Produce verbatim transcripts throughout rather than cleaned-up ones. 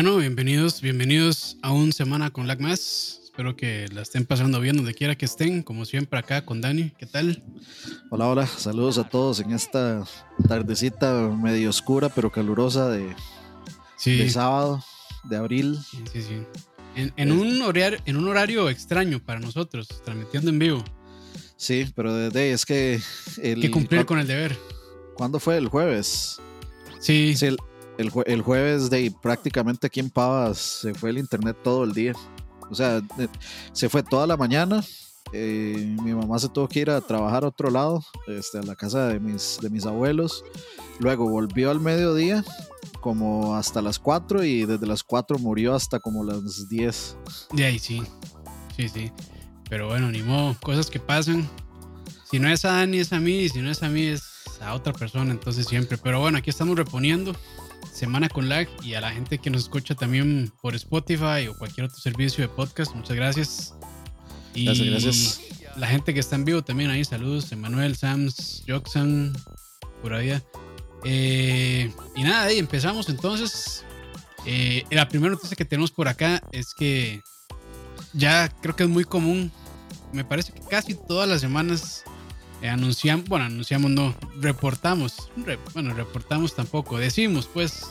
Bueno, bienvenidos, bienvenidos a un Semana con Lag Más. Espero que la estén pasando bien donde quiera que estén, como siempre acá con Dani. ¿Qué tal? Hola, hola, saludos a todos en esta tardecita medio oscura pero calurosa de, de Sí, sábado, de abril. sí, sí, sí. En, en Es- un horario, en un horario extraño para nosotros, transmitiendo en vivo. sí, pero de, de- es que Que el, cumplir ¿cuán- con el deber. ¿cuándo fue? El jueves. Sí, Sí, el, el, jue- el jueves de prácticamente aquí en Pavas se fue el internet todo el día. O sea, de- se fue toda la mañana. Eh, mi mamá se tuvo que ir a trabajar a otro lado, este, a la casa de mis, de mis abuelos. Luego volvió al mediodía, como hasta las cuatro y desde las cuatro murió hasta como las diez. de ahí sí, sí, sí. Pero bueno, ni modo, cosas que pasan. Si no es a Dani, es a mí. Y si no es a mí, es a otra persona. Entonces siempre. Pero bueno, aquí estamos reponiendo Semana con Lag. Y a la gente que nos escucha también por Spotify o cualquier otro servicio de podcast, muchas gracias. Gracias, Y gracias. la gente que está en vivo también ahí, saludos. Emanuel, Sams, Joxan, por allá. Eh, y nada, ahí empezamos entonces. Eh, la primera noticia que tenemos por acá es que ya creo que es muy común. Me parece que casi todas las semanas eh, anunciamos, bueno, anunciamos, no, reportamos. Re, bueno, reportamos tampoco. Decimos, pues,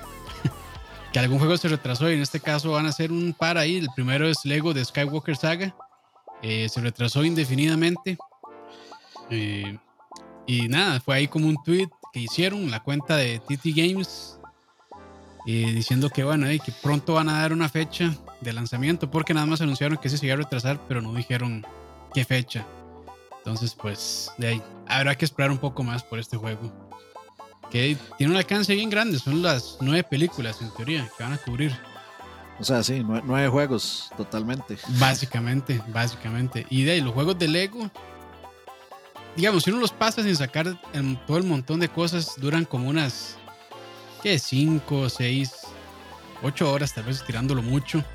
que algún juego se retrasó y en este caso van a ser un par ahí. El primero es Lego de Skywalker Saga. Eh, se retrasó indefinidamente. Eh, y nada, fue ahí como un tweet que hicieron la cuenta de T T Games eh, diciendo que bueno, eh, que pronto van a dar una fecha de lanzamiento porque nada más anunciaron que sí se iba a retrasar, pero no dijeron qué fecha. Entonces, pues, de ahí habrá que esperar un poco más por este juego. Que tiene un alcance bien grande, son las nueve películas en teoría que van a cubrir. O sea, sí, nue- nueve juegos totalmente. Básicamente, básicamente. Y de ahí, los juegos de Lego, digamos, si uno los pasa sin sacar el- todo el montón de cosas, duran como unas, ¿qué? cinco, seis, ocho horas, tal vez tirándolo mucho.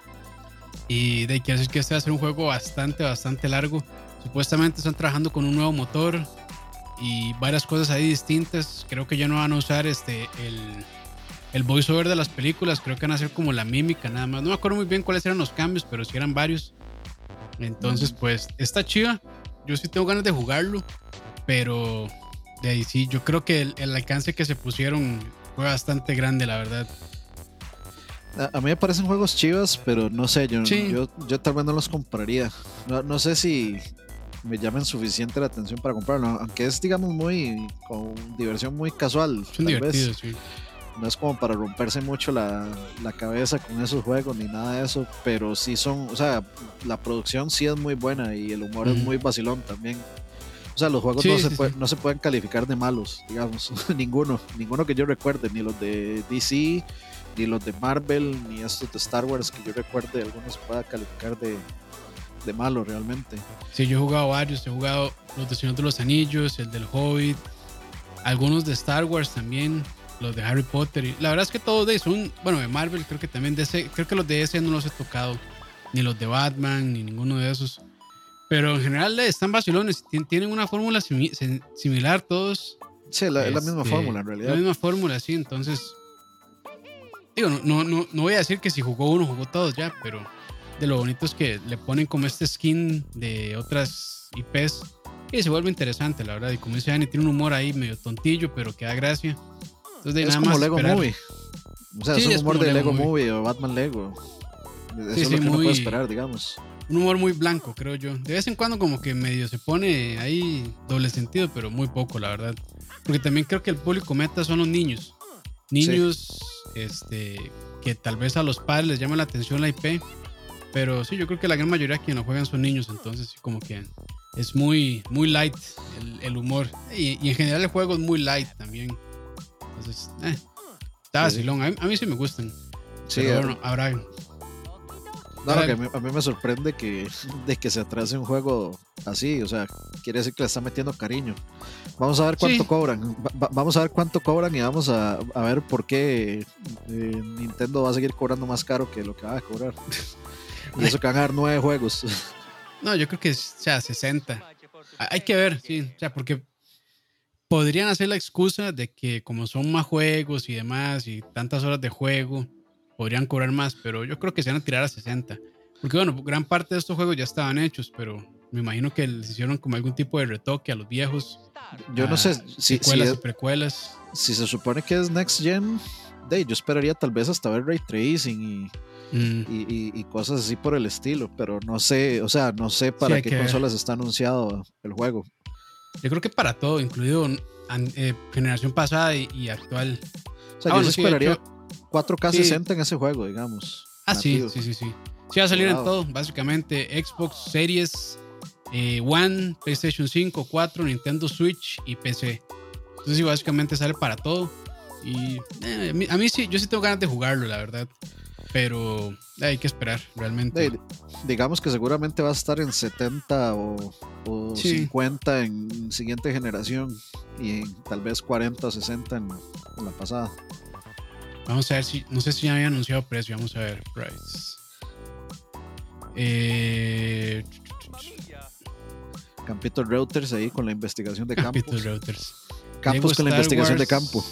Y de ahí quiere decir que este va a ser un juego bastante, bastante largo. Supuestamente están trabajando con un nuevo motor y varias cosas ahí distintas. Creo que ya no van a usar este, el, el voiceover de las películas. Creo que van a hacer como la mímica nada más. No me acuerdo muy bien cuáles eran los cambios, pero sí eran varios. Entonces, pues, está chiva. Yo sí tengo ganas de jugarlo, pero de ahí sí, yo creo que el, el alcance que se pusieron fue bastante grande, la verdad. A, a mí me parecen juegos chivas, pero no sé, yo, Sí, yo, yo tal vez no los compraría. No, no sé si me llamen suficiente la atención para comprarlo, aunque es, digamos, muy, con diversión muy casual, son tal vez. divertidos, sí. No es como para romperse mucho la, la cabeza con esos juegos ni nada de eso, pero sí son, o sea, la producción sí es muy buena y el humor es Ujú. muy vacilón también. O sea, los juegos no Sí, se, sí, sí. pue- no se pueden calificar de malos, digamos, ninguno, ninguno que yo recuerde, ni los de D C, ni los de Marvel, ni estos de Star Wars que yo recuerde, algunos se pueda calificar de, de malo realmente. Sí, yo he jugado varios. He jugado los de Señor de los Anillos, el del Hobbit, algunos de Star Wars también, los de Harry Potter. Y la verdad es que todos de son, bueno, de Marvel, creo que también de ese, creo que los de ese no los he tocado, ni los de Batman, ni ninguno de esos. Pero en general eh, están vacilones, tien- tienen una fórmula simi- sen- similar todos. Sí, la- es la misma fórmula Este, en la realidad. misma fórmula, sí. Entonces, digo, no, no, no, no voy a decir que si jugó uno, jugó todos ya, pero de lo bonito es que le ponen como este skin de otras I Pes y se vuelve interesante, la verdad. Y como dice Dani, tiene un humor ahí medio tontillo, pero que da gracia. Entonces, de Es nada como más Lego esperar. Movie, o sea, es Sí, un es humor como de Lego Lego Movie. Movie o Batman Lego. Eso Sí, es sí, lo que uno puede muy. esperar, digamos. Un humor muy blanco, creo yo. De vez en cuando, como que medio se pone ahí doble sentido, pero muy poco, la verdad. Porque también creo que el público meta son los niños. Sí. Niños, este, que tal vez a los padres les llama la atención la I P, pero sí, yo creo que la gran mayoría de quienes lo juegan son niños, entonces sí, como que es muy, muy light el, el humor. Y, y en general el juego es muy light también. Entonces, eh, está Sí, sí. vacilón. A mí, a mí sí me gustan. Sí, Pero eh, bueno, habrá. no, lo que a Dale. mí, a mí me sorprende que, de que se atrase un juego así, o sea, quiere decir que le está metiendo cariño. Vamos a ver cuánto Sí, cobran, va- va- vamos a ver cuánto cobran y vamos a, a ver por qué eh, Nintendo va a seguir cobrando más caro que lo que va a cobrar. Y eso que van a dar nueve juegos. no, yo creo que es, o sea, sesenta. Ha- Hay que ver, sí, o sea, porque podrían hacer la excusa de que como son más juegos y demás y tantas horas de juego, podrían cobrar más, pero yo creo que se van a tirar a sesenta. Porque bueno, gran parte de estos juegos ya estaban hechos, pero me imagino que les hicieron como algún tipo de retoque a los viejos, Yo no a sé si, si, secuelas y es- precuelas. si se supone que es Next Gen. De, yo esperaría tal vez hasta ver ray tracing y, Mm, y, y- y cosas así por el estilo, pero no sé, o sea, no sé sí, para hay qué que ver. consolas está anunciado el juego. Yo creo que para todo, incluido an- eh, generación pasada y, y actual. O sea, Ah, yo sí bueno, sí, de esperaría hecho, cuatro K sí. sesenta en ese juego, digamos. Ah, sí, nativo. sí, sí, sí. Sí, va a salir en Sobrado. todo, básicamente. Xbox Series eh, One, PlayStation cinco, cuatro, Nintendo Switch y P C. Entonces, sí, básicamente sale para todo. Y eh, a, mí, a mí sí, yo sí tengo ganas de jugarlo, la verdad. Pero eh, hay que esperar, realmente. De- digamos que seguramente va a estar en setenta o, o Sí, cincuenta en siguiente generación y en tal vez cuarenta o sesenta en, en la pasada. vamos a ver si. No sé si ya había anunciado precio. Vamos a ver. Price. Eh, Campito Reuters ahí con la investigación de campo. Capítulo Reuters. Campos Lego con la Star investigación de Wars. campo.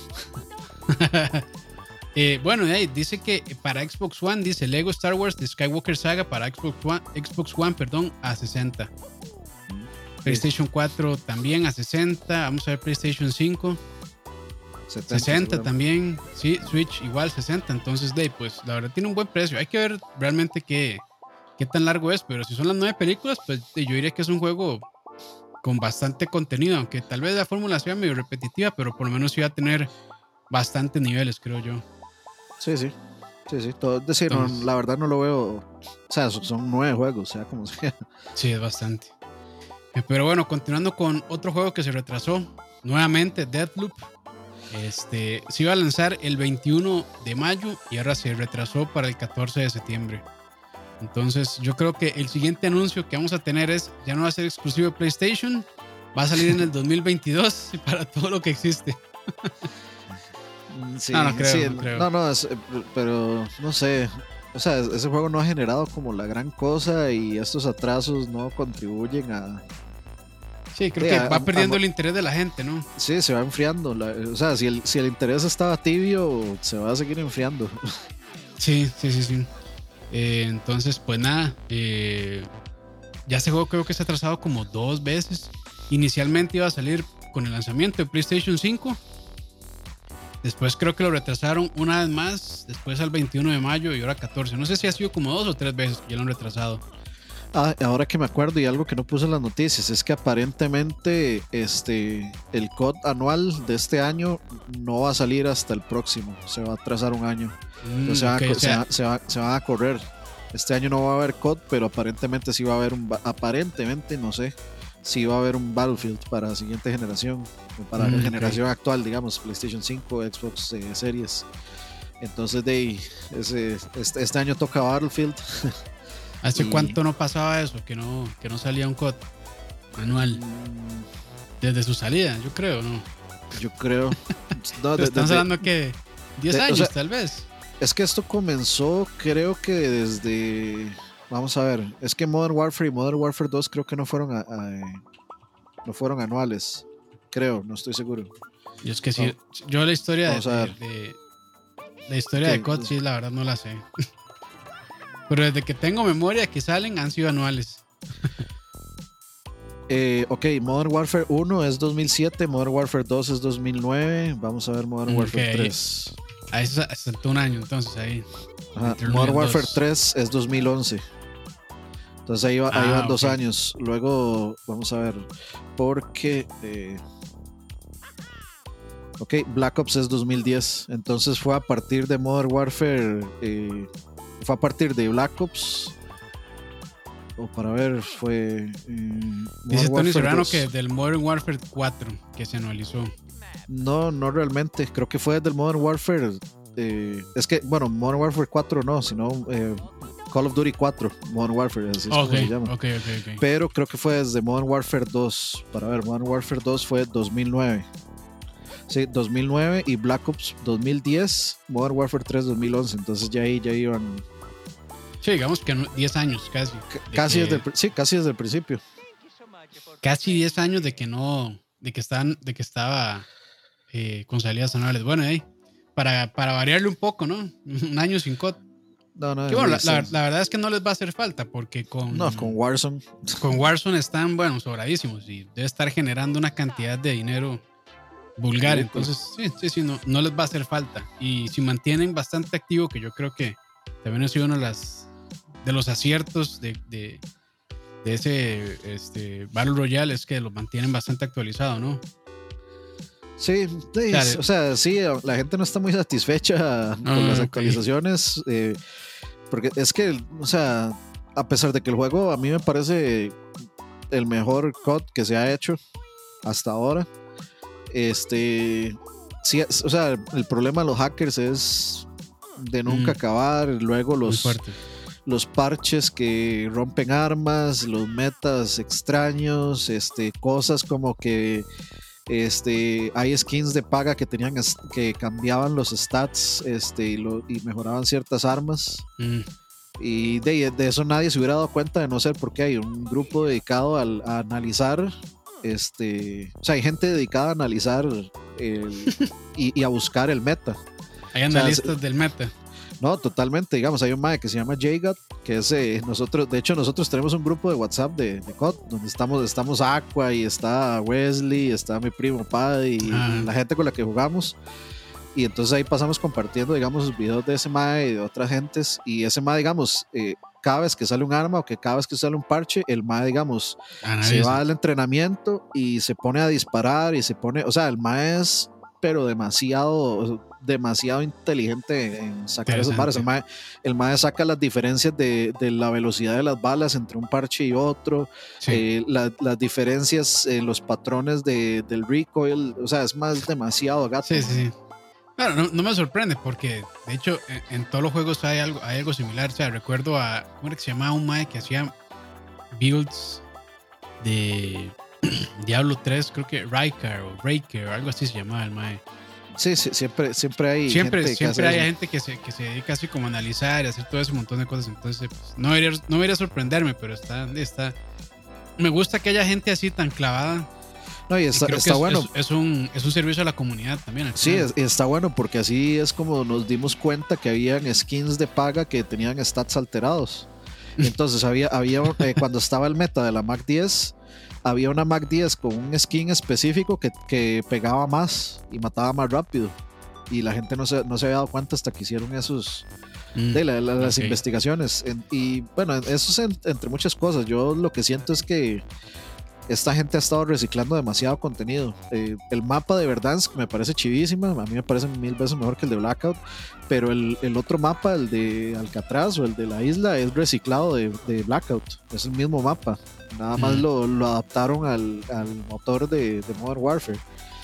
Eh, bueno, ahí dice que para Xbox One, dice Lego Star Wars The Skywalker Saga para Xbox One, Xbox One, perdón, a sesenta. PlayStation cuatro también a sesenta. Vamos a ver PlayStation cinco, setenta, sesenta seguramente. también. Sí, Switch igual sesenta. Entonces, de, pues la verdad tiene un buen precio. Hay que ver realmente qué, qué tan largo es, pero si son las nueve películas, pues de, yo diría que es un juego con bastante contenido, aunque tal vez la fórmula sea medio repetitiva, pero por lo menos sí va a tener bastantes niveles, creo yo. Sí, sí. Sí, sí. Todo, es decir, no, Entonces, la verdad no lo veo. O sea, son, son nueve juegos, sea como sea. sí, es bastante. Eh, Pero bueno, continuando con otro juego que se retrasó, nuevamente Deathloop. Este, se iba a lanzar el veintiuno de mayo y ahora se retrasó para el catorce de septiembre. Entonces, yo creo que el siguiente anuncio que vamos a tener es, ya no va a ser exclusivo de PlayStation, va a salir en el dos mil veintidós para todo lo que existe. Mm, Sí, No, no creo, sí, no creo. no, no, es- eh, pero no sé. O sea, es- ese juego no ha generado como la gran cosa y estos atrasos no contribuyen a. Sí, creo Sí, que a- va a- perdiendo a- el interés de la gente, ¿no? Sí, se va enfriando. la- o sea, si el, si el interés estaba tibio, se va a seguir enfriando. Sí, sí, sí, sí. Eh, entonces, pues nada, eh, ya ese juego creo que se ha atrasado como dos veces. Inicialmente iba a salir con el lanzamiento de PlayStation cinco. Después creo que lo retrasaron una vez más, después al veintiuno de mayo y ahora catorce. No sé si ha sido como dos o tres veces que ya lo han retrasado. Ah, ahora que me acuerdo y algo que no puse en las noticias es que aparentemente este el C O D anual de este año no va a salir hasta el próximo, se va a atrasar un año. Mm, Entonces se, van ok, a, o co- se, sea, va- se va- se van a correr. Este año no va a haber C O D, pero aparentemente sí va a haber un ba- aparentemente no sé si va a haber un Battlefield para la siguiente generación o para Mm, la ok. generación actual, digamos PlayStation cinco, Xbox eh, Series. Entonces de ahí, ese, este, este año toca Battlefield. ¿hace y- cuánto no pasaba eso? Que no, que no salía un C O D anual. mm, Desde su salida, yo creo, ¿no? Yo creo. No, Pero de- estamos de- hablando que diez de- o años, sea, tal vez. es que esto comenzó, creo que desde. Vamos a ver. Es que Modern Warfare y Modern Warfare dos creo que no fueron a- a- no fueron anuales. Creo, no estoy seguro. Y es que sí, yo la historia de, Vamos a de- ver. de- la historia ¿Qué? de C O D, sí, la verdad no la sé. Pero desde que tengo memoria que salen han sido anuales. Eh, ok, Modern Warfare uno es dos mil siete, Modern Warfare dos es dos mil nueve. Vamos a ver Modern Mm, Warfare ok. tres. A eso se saltó un año, entonces ahí. Ajá, Entre uno y Modern el Warfare dos. tres es dos mil once. Entonces ahí, va- ahí Ah, van dos ok. años. Luego, vamos a ver. Porque. eh, ok, Black Ops es dos mil diez. Entonces fue a partir de Modern Warfare. eh, fue a partir de Black Ops. O para ver, fue. eh, Dice Modern Tony Warfare Serrano dos. que del Modern Warfare cuatro que se anualizó. No, no realmente. Creo que fue desde el Modern Warfare. eh, es que, bueno, Modern Warfare cuatro no, sino eh, Call of Duty cuatro. Modern Warfare, así es Ok, como se llama. ok, ok, ok. Pero creo que fue desde Modern Warfare dos. Para ver, Modern Warfare dos fue dos mil nueve. Sí, dos mil nueve y Black Ops dos mil diez, Modern Warfare tres dos mil once. Entonces ya ahí ya iban Sí, digamos que no- diez años casi. c- de casi, que- desde el, pri- sí, casi desde el principio. Casi diez años de que no, de que están, de que estaba eh, con salidas anuales. Bueno, ahí para, para variarle un poco, ¿no? Un año sin C O D. No, no, Que bueno, la, sí, la, sí. la verdad es que no les va a hacer falta porque con, No, con Warzone. con Warzone están, bueno, sobradísimos y debe estar generando una cantidad de dinero vulgar. Ridículo. Entonces, sí, sí, sí, no, no les va a hacer falta. Y si mantienen bastante activo, que yo creo que también ha sido uno de, las, de los aciertos de, de, de ese este, Battle Royale, es que lo mantienen bastante actualizado, ¿no? Sí, sí, Claro. o sea, sí, la gente no está muy satisfecha con Ah, las ok. actualizaciones, eh, porque es que, o sea, a pesar de que el juego a mí me parece el mejor C O D que se ha hecho hasta ahora, este, sí, o sea, el problema de los hackers es de nunca Mm. acabar, luego Muy los, fuerte. los parches que rompen armas, los metas extraños, este, cosas como que este, hay skins de paga que tenían que cambiaban los stats este, y, lo, y mejoraban ciertas armas. Mm. Y de, de eso nadie se hubiera dado cuenta de no ser porque hay un grupo dedicado al, a analizar. Este, o sea, hay gente dedicada a analizar el, y, y a buscar el meta. Hay O sea, analistas del meta. No, totalmente. Digamos, hay un mae que se llama J-God, que es eh, nosotros, de hecho, nosotros tenemos un grupo de WhatsApp de, de C O D, donde estamos, estamos Aqua y está Wesley, está mi primo Paddy y, Ah. y la gente con la que jugamos. Y entonces ahí pasamos compartiendo, digamos, los videos de ese mae y de otras gentes. Y ese mae, digamos, eh, cada vez que sale un arma o que cada vez que sale un parche, el mae, digamos, Analiza. se va al entrenamiento y se pone a disparar y se pone, o sea, el mae es, pero demasiado, demasiado inteligente en sacar esos bares. El mae, el mae saca las diferencias de, de la velocidad de las balas entre un parche y otro, Sí. eh, la, las diferencias en los patrones de, del recoil, o sea, es más demasiado gato. Sí, sí, sí. Bueno, no, no me sorprende porque, de hecho, en, en todos los juegos hay algo, hay algo similar. O sea, recuerdo a, ¿cómo era que se llamaba un mae que hacía builds de Diablo tres? Creo que Raikar o Raker o algo así se llamaba el mae. Sí, sí, siempre, siempre hay Siempre, gente siempre que hay hace gente que se, que se dedica así como a analizar y hacer todo ese montón de cosas. Entonces, pues, no debería, no debería sorprenderme, pero está, está. Me gusta que haya gente así tan clavada. No, y está, y creo está que es, bueno. Es, es, un, es un servicio a la comunidad también. Sí, es, está bueno porque así es como nos dimos cuenta que habían skins de paga que tenían stats alterados. Entonces había, había eh, cuando estaba el meta de la Mac diez, había una Mac diez con un skin específico que, que pegaba más y mataba más rápido. Y la gente no se, no se había dado cuenta hasta que hicieron esos Mm, de la, la, las okay. investigaciones. En, y bueno, eso es en, entre muchas cosas. Yo lo que siento es que esta gente ha estado reciclando demasiado contenido. Eh, el mapa de Verdansk me parece chivísima, a mí me parece mil veces mejor que el de Blackout, pero el, el otro mapa, el de Alcatraz o el de la isla, es reciclado de, de Blackout, es el mismo mapa, nada más mm. lo, lo adaptaron al, al motor de, de Modern Warfare.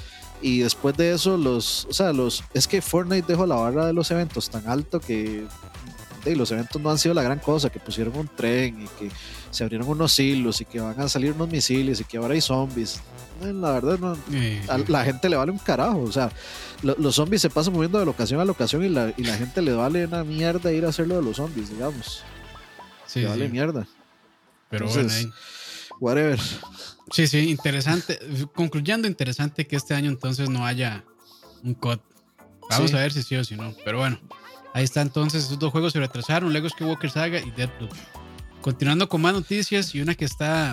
Y después de eso, los, o sea, los, es que Fortnite dejó la barra de los eventos tan alto que hey, los eventos no han sido la gran cosa, que pusieron un tren y que se abrieron unos hilos y que van a salir unos misiles y que ahora hay zombies. La verdad, no, eh, a la gente le vale un carajo. O sea, lo, los zombies se pasan moviendo de locación a locación y la, y la gente le vale una mierda ir a hacerlo de los zombies, digamos. Sí, le sí. vale mierda. Pero entonces, bueno, ahí. Whatever. Sí, sí, interesante. Concluyendo, interesante que este año entonces no haya un C O D. Vamos sí. a ver si sí o si no. Pero bueno, ahí está entonces. Estos dos juegos se retrasaron: Lego Skywalker Saga y Deathloop. Continuando con más noticias y una que está,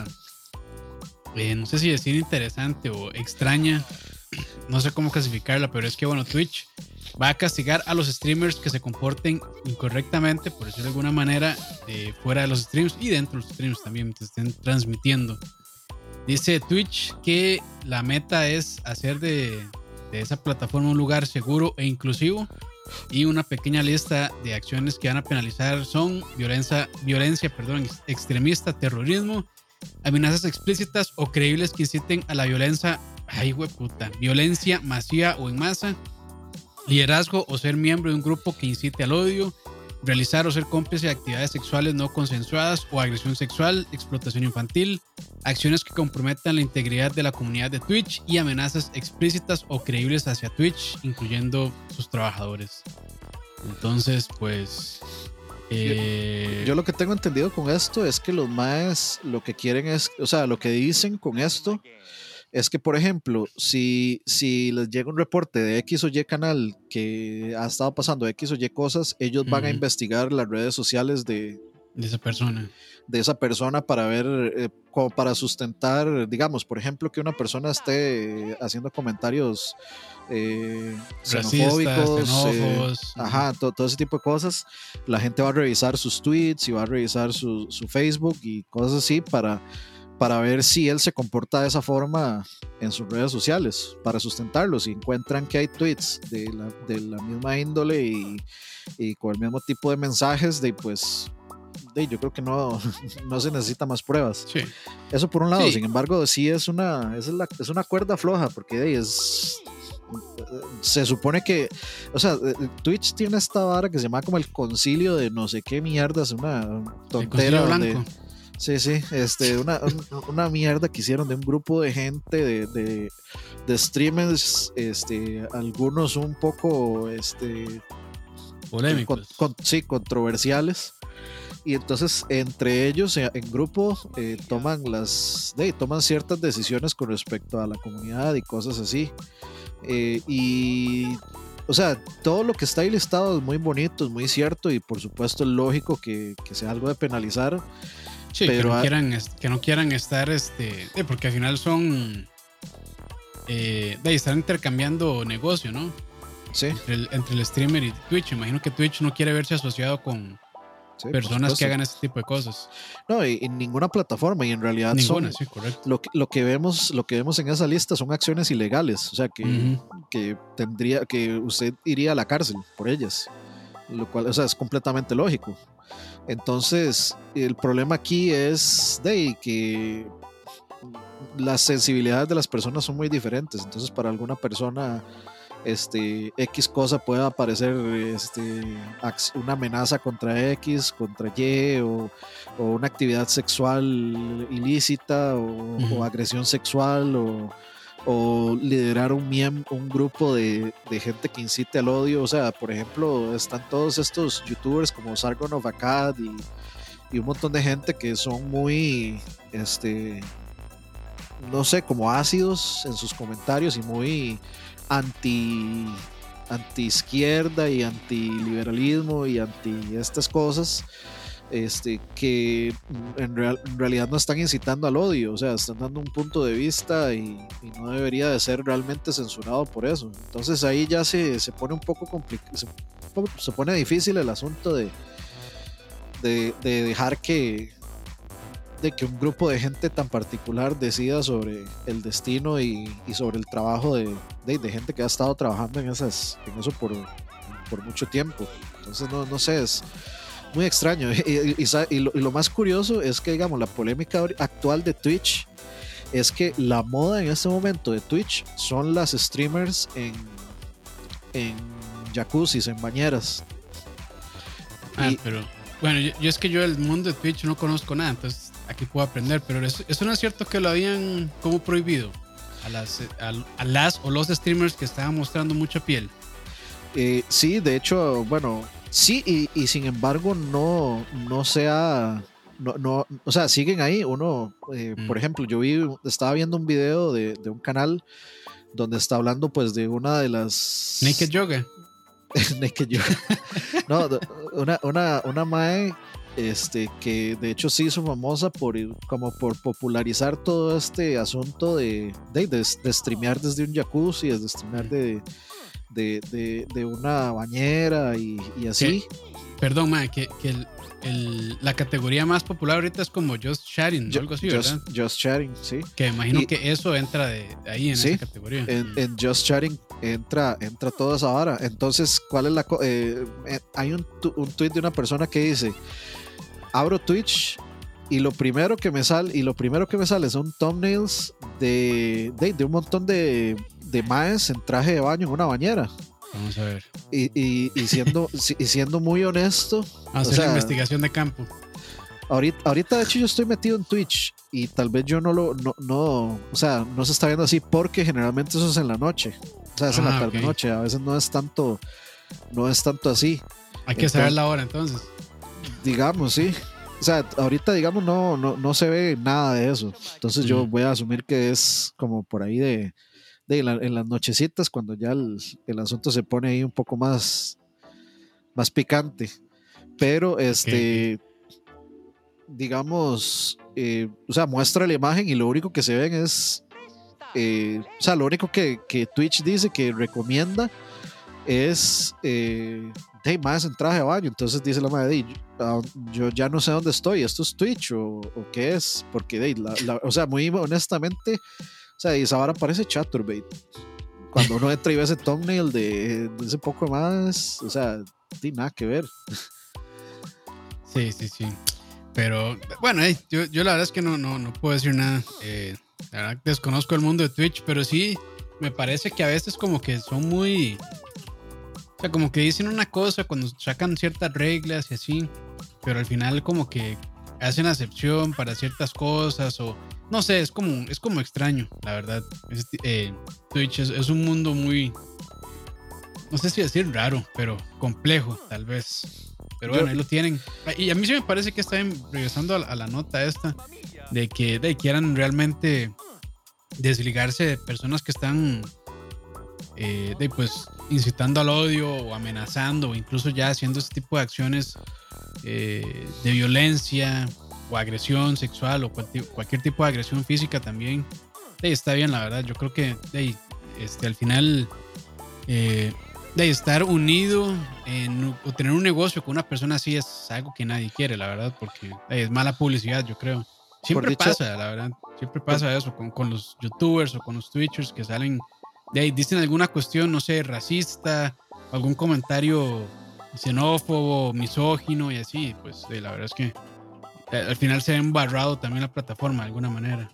eh, no sé si decir interesante o extraña. No sé cómo clasificarla, pero es que bueno, Twitch va a castigar a los streamers que se comporten incorrectamente, por decirlo de alguna manera, eh, fuera de los streams y dentro de los streams también, mientras estén transmitiendo. Dice Twitch que la meta es hacer de, de esa plataforma un lugar seguro e inclusivo, y una pequeña lista de acciones que van a penalizar son violencia, violencia perdón, extremista, terrorismo, amenazas explícitas o creíbles que inciten a la violencia, ay hueputa, violencia masiva o en masa, liderazgo o ser miembro de un grupo que incite al odio, realizar o ser cómplice de actividades sexuales no consensuadas o agresión sexual, explotación infantil, acciones que comprometan la integridad de la comunidad de Twitch y amenazas explícitas o creíbles hacia Twitch, incluyendo sus trabajadores. Entonces, pues... Eh... Yo, yo lo que tengo entendido con esto es que los maes lo que quieren es, o sea, lo que dicen con esto es que, por ejemplo, si, si les llega un reporte de X o Y canal que ha estado pasando X o Y cosas, ellos van a Ujú. investigar las redes sociales de, De esa persona. de esa persona para ver, eh, como para sustentar, digamos, por ejemplo, que una persona esté eh, haciendo comentarios eh, Racistas, xenofóbicos, eh, xenófobos. ajá, to- todo ese tipo de cosas. La gente va a revisar sus tweets y va a revisar su, su Facebook y cosas así para, para ver si él se comporta de esa forma en sus redes sociales, para sustentarlo. Si encuentran que hay tweets de la, de la misma índole y, y con el mismo tipo de mensajes, de pues de, yo creo que no, no se necesita más pruebas. Sí. Eso por un lado. Sí. Sin embargo, sí es una, es, la, es una cuerda floja, porque de, es, se supone que, o sea, Twitch tiene esta vara que se llama como el concilio de no sé qué mierdas, una tontera El donde, blanco. sí, sí, este, una, un, una mierda que hicieron de un grupo de gente, de, de, de streamers, este, algunos un poco, este, Polémicos. con, con, sí, controversiales. Y entonces entre ellos en grupo eh, toman las de, toman ciertas decisiones con respecto a la comunidad y cosas así. Eh, y o sea, todo lo que está ahí listado es muy bonito, es muy cierto y por supuesto es lógico que, que sea algo de penalizar. Sí, pero que, no a, quieran, que no quieran estar, este, eh, porque al final son, eh, de estar intercambiando negocio, ¿no? Sí. Entre el, entre el streamer y Twitch. Imagino que Twitch no quiere verse asociado con sí, personas que hagan este tipo de cosas. No, y, y ninguna plataforma, y en realidad ninguna, son, sí, correcto. Lo, lo que vemos, lo que vemos en esa lista son acciones ilegales, o sea que, uh-huh. que tendría, que usted iría a la cárcel por ellas, lo cual, o sea, es completamente lógico. Entonces, el problema aquí es de que las sensibilidades de las personas son muy diferentes. Entonces, para alguna persona este, X cosa puede aparecer este, una amenaza contra X, contra Y, o, o una actividad sexual ilícita, o, uh-huh. o agresión sexual, o, o liderar un, miem, un grupo de, de gente que incite al odio. O sea, por ejemplo, están todos estos youtubers como Sargon of Akkad y, y un montón de gente que son muy, este, no sé, como ácidos en sus comentarios y muy anti anti izquierda y anti liberalismo y anti estas cosas, este, que en, real, en realidad no están incitando al odio, o sea, están dando un punto de vista y, y no debería de ser realmente censurado por eso. Entonces ahí ya se, se pone un poco complicado, se, se pone difícil el asunto de, de, de dejar que de que un grupo de gente tan particular decida sobre el destino y, y sobre el trabajo de, de, de gente que ha estado trabajando en, esas, en eso por, por mucho tiempo. Entonces no, no sé, es muy extraño. Y, y, y, y, lo, y lo más curioso es que, digamos, la polémica actual de Twitch es que la moda en este momento de Twitch son las streamers en, en jacuzzis, en bañeras. Ah, y, pero bueno, yo, yo es que yo el mundo de Twitch no conozco nada, entonces aquí puedo aprender, pero eso, eso no es cierto que lo habían como prohibido a las, a, a las o los streamers que estaban mostrando mucha piel. Eh, sí, de hecho, bueno, sí, y, y sin embargo no, no sea, no, no, o sea, siguen ahí. Uno, eh, mm. por ejemplo, yo vi, estaba viendo un video de, de un canal donde está hablando pues de una de las... Naked Yoga. Naked Yoga. No, una, una, una mae este, que de hecho se hizo famosa por, como por popularizar todo este asunto de, de, de, de streamear desde un jacuzzi, de streamear de, de, de, de una bañera y, y así. ¿Qué? Perdón, mae, que, que el, el, la categoría más popular ahorita es como Just Chatting, Yo, algo así, just, ¿verdad? Just Chatting, sí. Que imagino y, que eso entra de, de ahí en sí, esa categoría. En, en Just Chatting entra, entra toda esa vara. Entonces, ¿cuál es la co eh, eh, hay un, un tweet de una persona que dice: abro Twitch y lo primero que me sale y lo primero que me sale son thumbnails de, de, de un montón de, de maes en traje de baño en una bañera. Vamos a ver. Y, y, y, siendo, y siendo muy honesto, vamos a hacer o sea, la investigación de campo. Ahorita, ahorita de hecho yo estoy metido en Twitch y tal vez yo no lo no, no o sea, no se está viendo así porque generalmente eso es en la noche, o sea, es ah, en la tarde okay. noche, a veces no es tanto no es tanto así. Hay que entonces, saber la hora entonces. Digamos, sí. sea, ahorita digamos no, no, no se ve nada de eso. Entonces yo Mm. voy a asumir que es como por ahí de, de la- en las nochecitas cuando ya el, el asunto se pone ahí un poco más, más picante. Pero Ok, ok. este, digamos, eh, o sea, muestra la imagen y lo único que se ven es, eh, o sea, lo único que, que Twitch dice que recomienda es eh, de más en traje de baño. Entonces dice la madre, "Dey, yo, yo ya no sé dónde estoy, esto es Twitch o, o qué es, porque dey, la, la- o sea, muy honestamente, o sea, y esa vara parece Chaturbate. Cuando uno entra y ve ese thumbnail de, de ese poco más, o sea, tiene nada que ver. Sí, sí, sí. Pero bueno, hey, yo, yo la verdad es que no, no, no puedo decir nada. Eh, la verdad que desconozco el mundo de Twitch, pero sí me parece que a veces como que son muy... O sea, como que dicen una cosa cuando sacan ciertas reglas y así, pero al final como que hacen acepción para ciertas cosas o... No sé, es como, es como extraño, la verdad. Es, eh, Twitch es, es un mundo muy... No sé si decir raro, pero complejo, tal vez. Pero Yo, bueno, ahí lo tienen. Y a mí sí me parece que está bien, regresando a la, a la nota esta, de que de, quieran realmente desligarse de personas que están eh, de, pues, incitando al odio o amenazando o incluso ya haciendo este tipo de acciones eh, de violencia o agresión sexual o cual, cualquier tipo de agresión física también. De, está bien, la verdad. Yo creo que de, este, al final... Eh, de estar unido en, o tener un negocio con una persona así es algo que nadie quiere, la verdad, porque eh, es mala publicidad, yo creo. por Siempre dicha, pasa, la verdad, siempre por, pasa eso con, con los youtubers o con los twitchers que salen, de ahí dicen alguna cuestión, no sé, racista, algún comentario xenófobo, misógino y así, pues de, la verdad es que eh, al final se ha embarrado también la plataforma de alguna manera.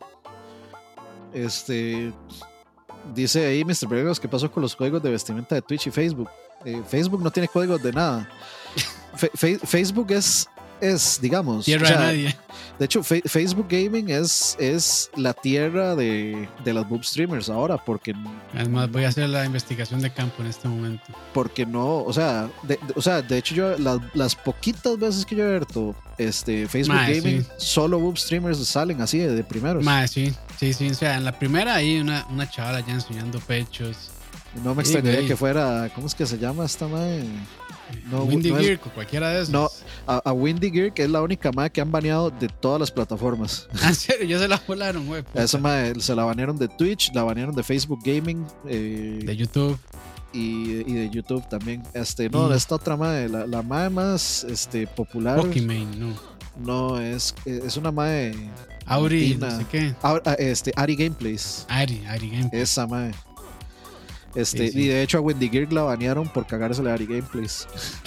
este, dice ahí mister Bregos, ¿qué pasó con los códigos de vestimenta de Twitch y Facebook? Eh, Facebook no tiene códigos de nada. Fe- fe- Facebook es, es, digamos, Tierra o de sea, nadie. de hecho, Fe- Facebook Gaming es, es la tierra de, de las boob streamers ahora, porque, Además, voy a hacer la investigación de campo en este momento. porque no, o sea, de, de- o sea, de hecho, yo las, las poquitas veces que yo he abierto este, Facebook Mae, Gaming, sí. solo boob streamers salen así de, de primeros. Mae, sí, sí, sí. O sea, en la primera hay una, una chavala ya enseñando pechos. No me Sí, extrañaría güey. que fuera, ¿cómo es que se llama esta madre? No, Windy no es, Gear o cualquiera de esos. no, a, a Windy Gear, que es la única madre que han baneado de todas las plataformas. Ah, en serio, ya se la volaron, güey. A esa madre se la banearon de Twitch, la banearon de Facebook Gaming eh, De YouTube. y, y de YouTube también. Este, no, Y esta otra madre, la, la madre más este, popular, Pokimane, no. no, es, es una madre Auri, no latina. sé qué. Ah, ah, este, Ari Gameplays, Ari, Ari Gameplay. esa madre. Este, Sí, sí. Y de hecho a Wendy Gear la banearon por cagársela a Ari Gameplays.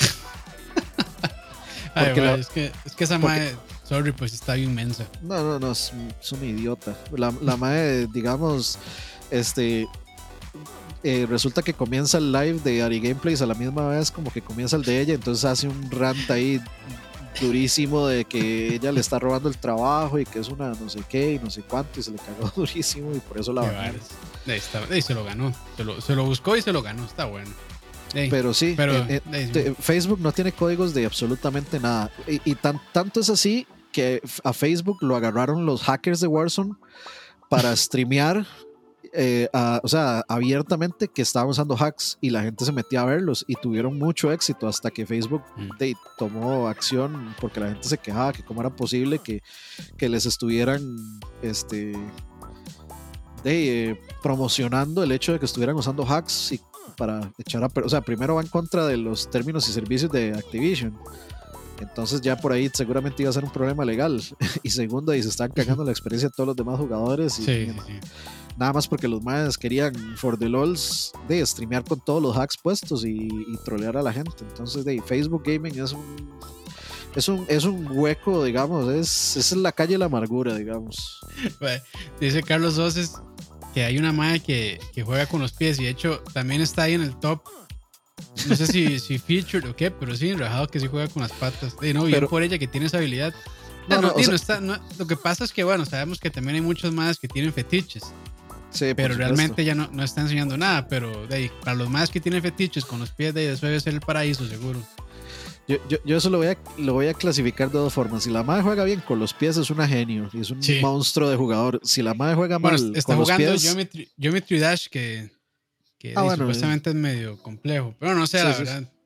Ay, porque güey, la- es que, es que esa porque- madre, sorry, pues está bien inmensa. No, no, no, es, es un idiota. La, la madre, digamos, este. eh, resulta que comienza el live de Ari Gameplays a la misma vez como que comienza el de ella, entonces hace un rant ahí durísimo de que ella le está robando el trabajo y que es una no sé qué y no sé cuánto y se le cagó durísimo y por eso la Qué banearon. varas. Ahí está, ahí se lo ganó. Se lo, se lo buscó y se lo ganó. Está bueno. Ey, Pero sí, pero, eh, eh, ey, te- Facebook no tiene códigos de absolutamente nada. Y, y tan, tanto es así que f- a Facebook lo agarraron los hackers de Warzone para streamear, eh, a- o sea, abiertamente que estaban usando hacks y la gente se metía a verlos y tuvieron mucho éxito hasta que Facebook Mm. de, tomó acción porque la gente se quejaba que cómo era posible que, que les estuvieran este, de, eh, promocionando el hecho de que estuvieran usando hacks y para echar a per- o sea, primero va en contra de los términos y servicios de Activision. Entonces ya por ahí seguramente iba a ser un problema legal. Y segundo, y se están cagando la experiencia de todos los demás jugadores. Y, Sí, sí, sí. nada más porque los más querían for the lols de streamear con todos los hacks puestos y, y trolear a la gente. Entonces de Facebook Gaming es un es un, es un hueco, digamos, es, es la calle de la amargura, digamos. Bueno, dice Carlos Oces que hay una madre que, que juega con los pies y de hecho también está ahí en el top. No sé si, si featured o qué, pero sí, rajado que sí juega con las patas. Y no, bien Pero- por ella que tiene esa habilidad. No, No, no, no, o y sea- no está, no- lo que pasa es que, bueno, sabemos que también hay muchos más que tienen fetiches, Sí, por pero supuesto. realmente ya no, no está enseñando nada. Pero de ahí, para los más que tienen fetiches con los pies, de ahí, eso debe ser el paraíso, seguro. Yo, yo, yo eso lo voy, a, lo voy a clasificar de dos formas. Si la madre juega bien con los pies, es una genio y es un Sí. monstruo de jugador. Si la madre juega Bueno, mal está con los jugando pies, Geometry, Geometry Dash, que, que ah, di, bueno, supuestamente es medio complejo. Pero no sé, sí, la sí. verdad.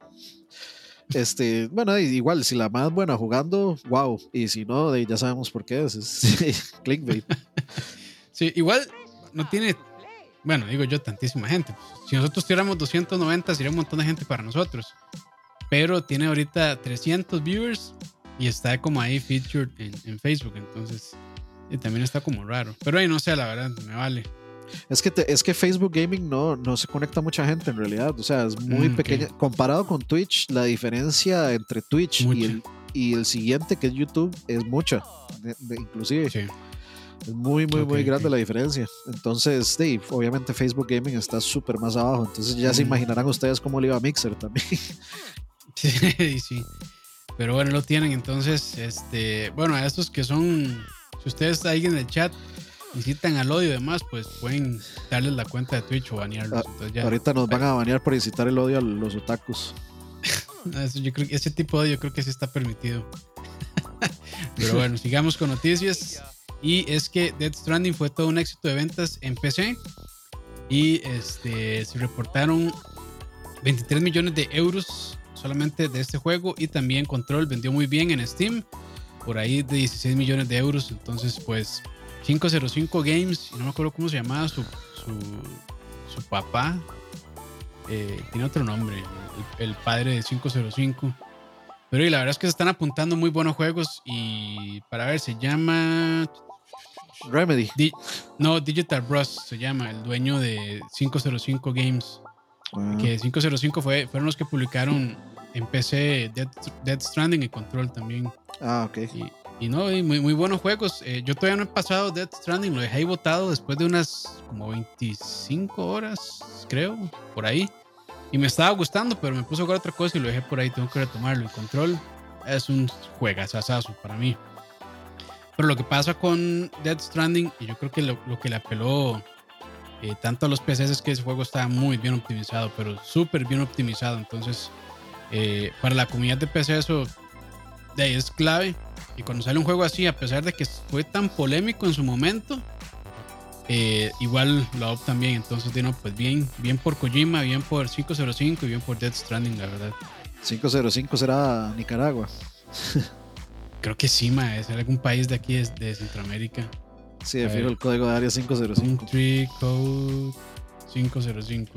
Este, bueno, igual, si la más buena jugando, wow. Y si no, de, ya sabemos por qué es. es clickbait. Sí, igual no tiene, bueno, digo yo, tantísima gente. Si nosotros tuviéramos doscientos noventa, sería un montón de gente para nosotros. Pero tiene ahorita trescientos viewers y está como ahí featured en, en Facebook. Entonces, y también está como raro. Pero ahí no sé, la verdad, me vale. Es que, te, es que Facebook Gaming no, no se conecta a mucha gente en realidad. O sea, es muy Mm, pequeña. okay. Comparado con Twitch, la diferencia entre Twitch y el, y el siguiente, que es YouTube, es mucha. De, de, inclusive. Sí. Es muy, muy, okay, muy grande okay. la diferencia. Entonces, sí, obviamente Facebook Gaming está súper más abajo. Entonces ya mm. se imaginarán ustedes cómo le iba a Mixer también. Sí, sí. Pero bueno, lo tienen. Entonces, este, bueno, a estos que son, si ustedes ahí en el chat incitan al odio y demás, pues pueden darles la cuenta de Twitch o banearlos. Ah, Entonces ya, ahorita nos van a banear por incitar el odio a los otakus. Eso yo creo que ese tipo de odio creo que sí está permitido. Pero bueno, sigamos con noticias. Y es que Death Stranding fue todo un éxito de ventas en P C. Y este, se reportaron veintitrés millones de euros solamente de este juego. Y también Control vendió muy bien en Steam, por ahí de dieciséis millones de euros. Entonces pues quinientos cinco Games, no me acuerdo cómo se llamaba su, su, su papá, eh, tiene otro nombre, el, el padre de quinientos cinco. Pero y la verdad es que se están apuntando muy buenos juegos. Y para ver, se llama Remedy. Di, no, Digital Bros se llama, el dueño de quinientos cinco Games. Uh. Que quinientos cinco fue, fueron los que publicaron en P C Death, Death Stranding y Control también. Ah, ok. Y, y no, y muy, muy buenos juegos. Eh, yo todavía no he pasado Death Stranding, lo dejé ahí botado después de unas como veinticinco horas, creo, por ahí. Y me estaba gustando, pero me puse a jugar otra cosa y lo dejé por ahí, tengo que retomarlo. El Control es un juegazazazo para mí. Pero lo que pasa con Death Stranding, y yo creo que lo, lo que le apeló eh, tanto a los P Cs es que ese juego está muy bien optimizado, pero súper bien optimizado. Entonces, eh, para la comunidad de P C eso de ahí es clave. Y cuando sale un juego así, a pesar de que fue tan polémico en su momento, eh, igual lo adoptan bien. Entonces, no, pues bien, bien por Kojima, bien por quinientos cinco y bien por Death Stranding, la verdad. quinientos cinco será Nicaragua. Creo que sí, ma, es algún país de aquí de, de Centroamérica. Sí, de fijo el código de área quinientos cinco. Country Code quinientos cinco.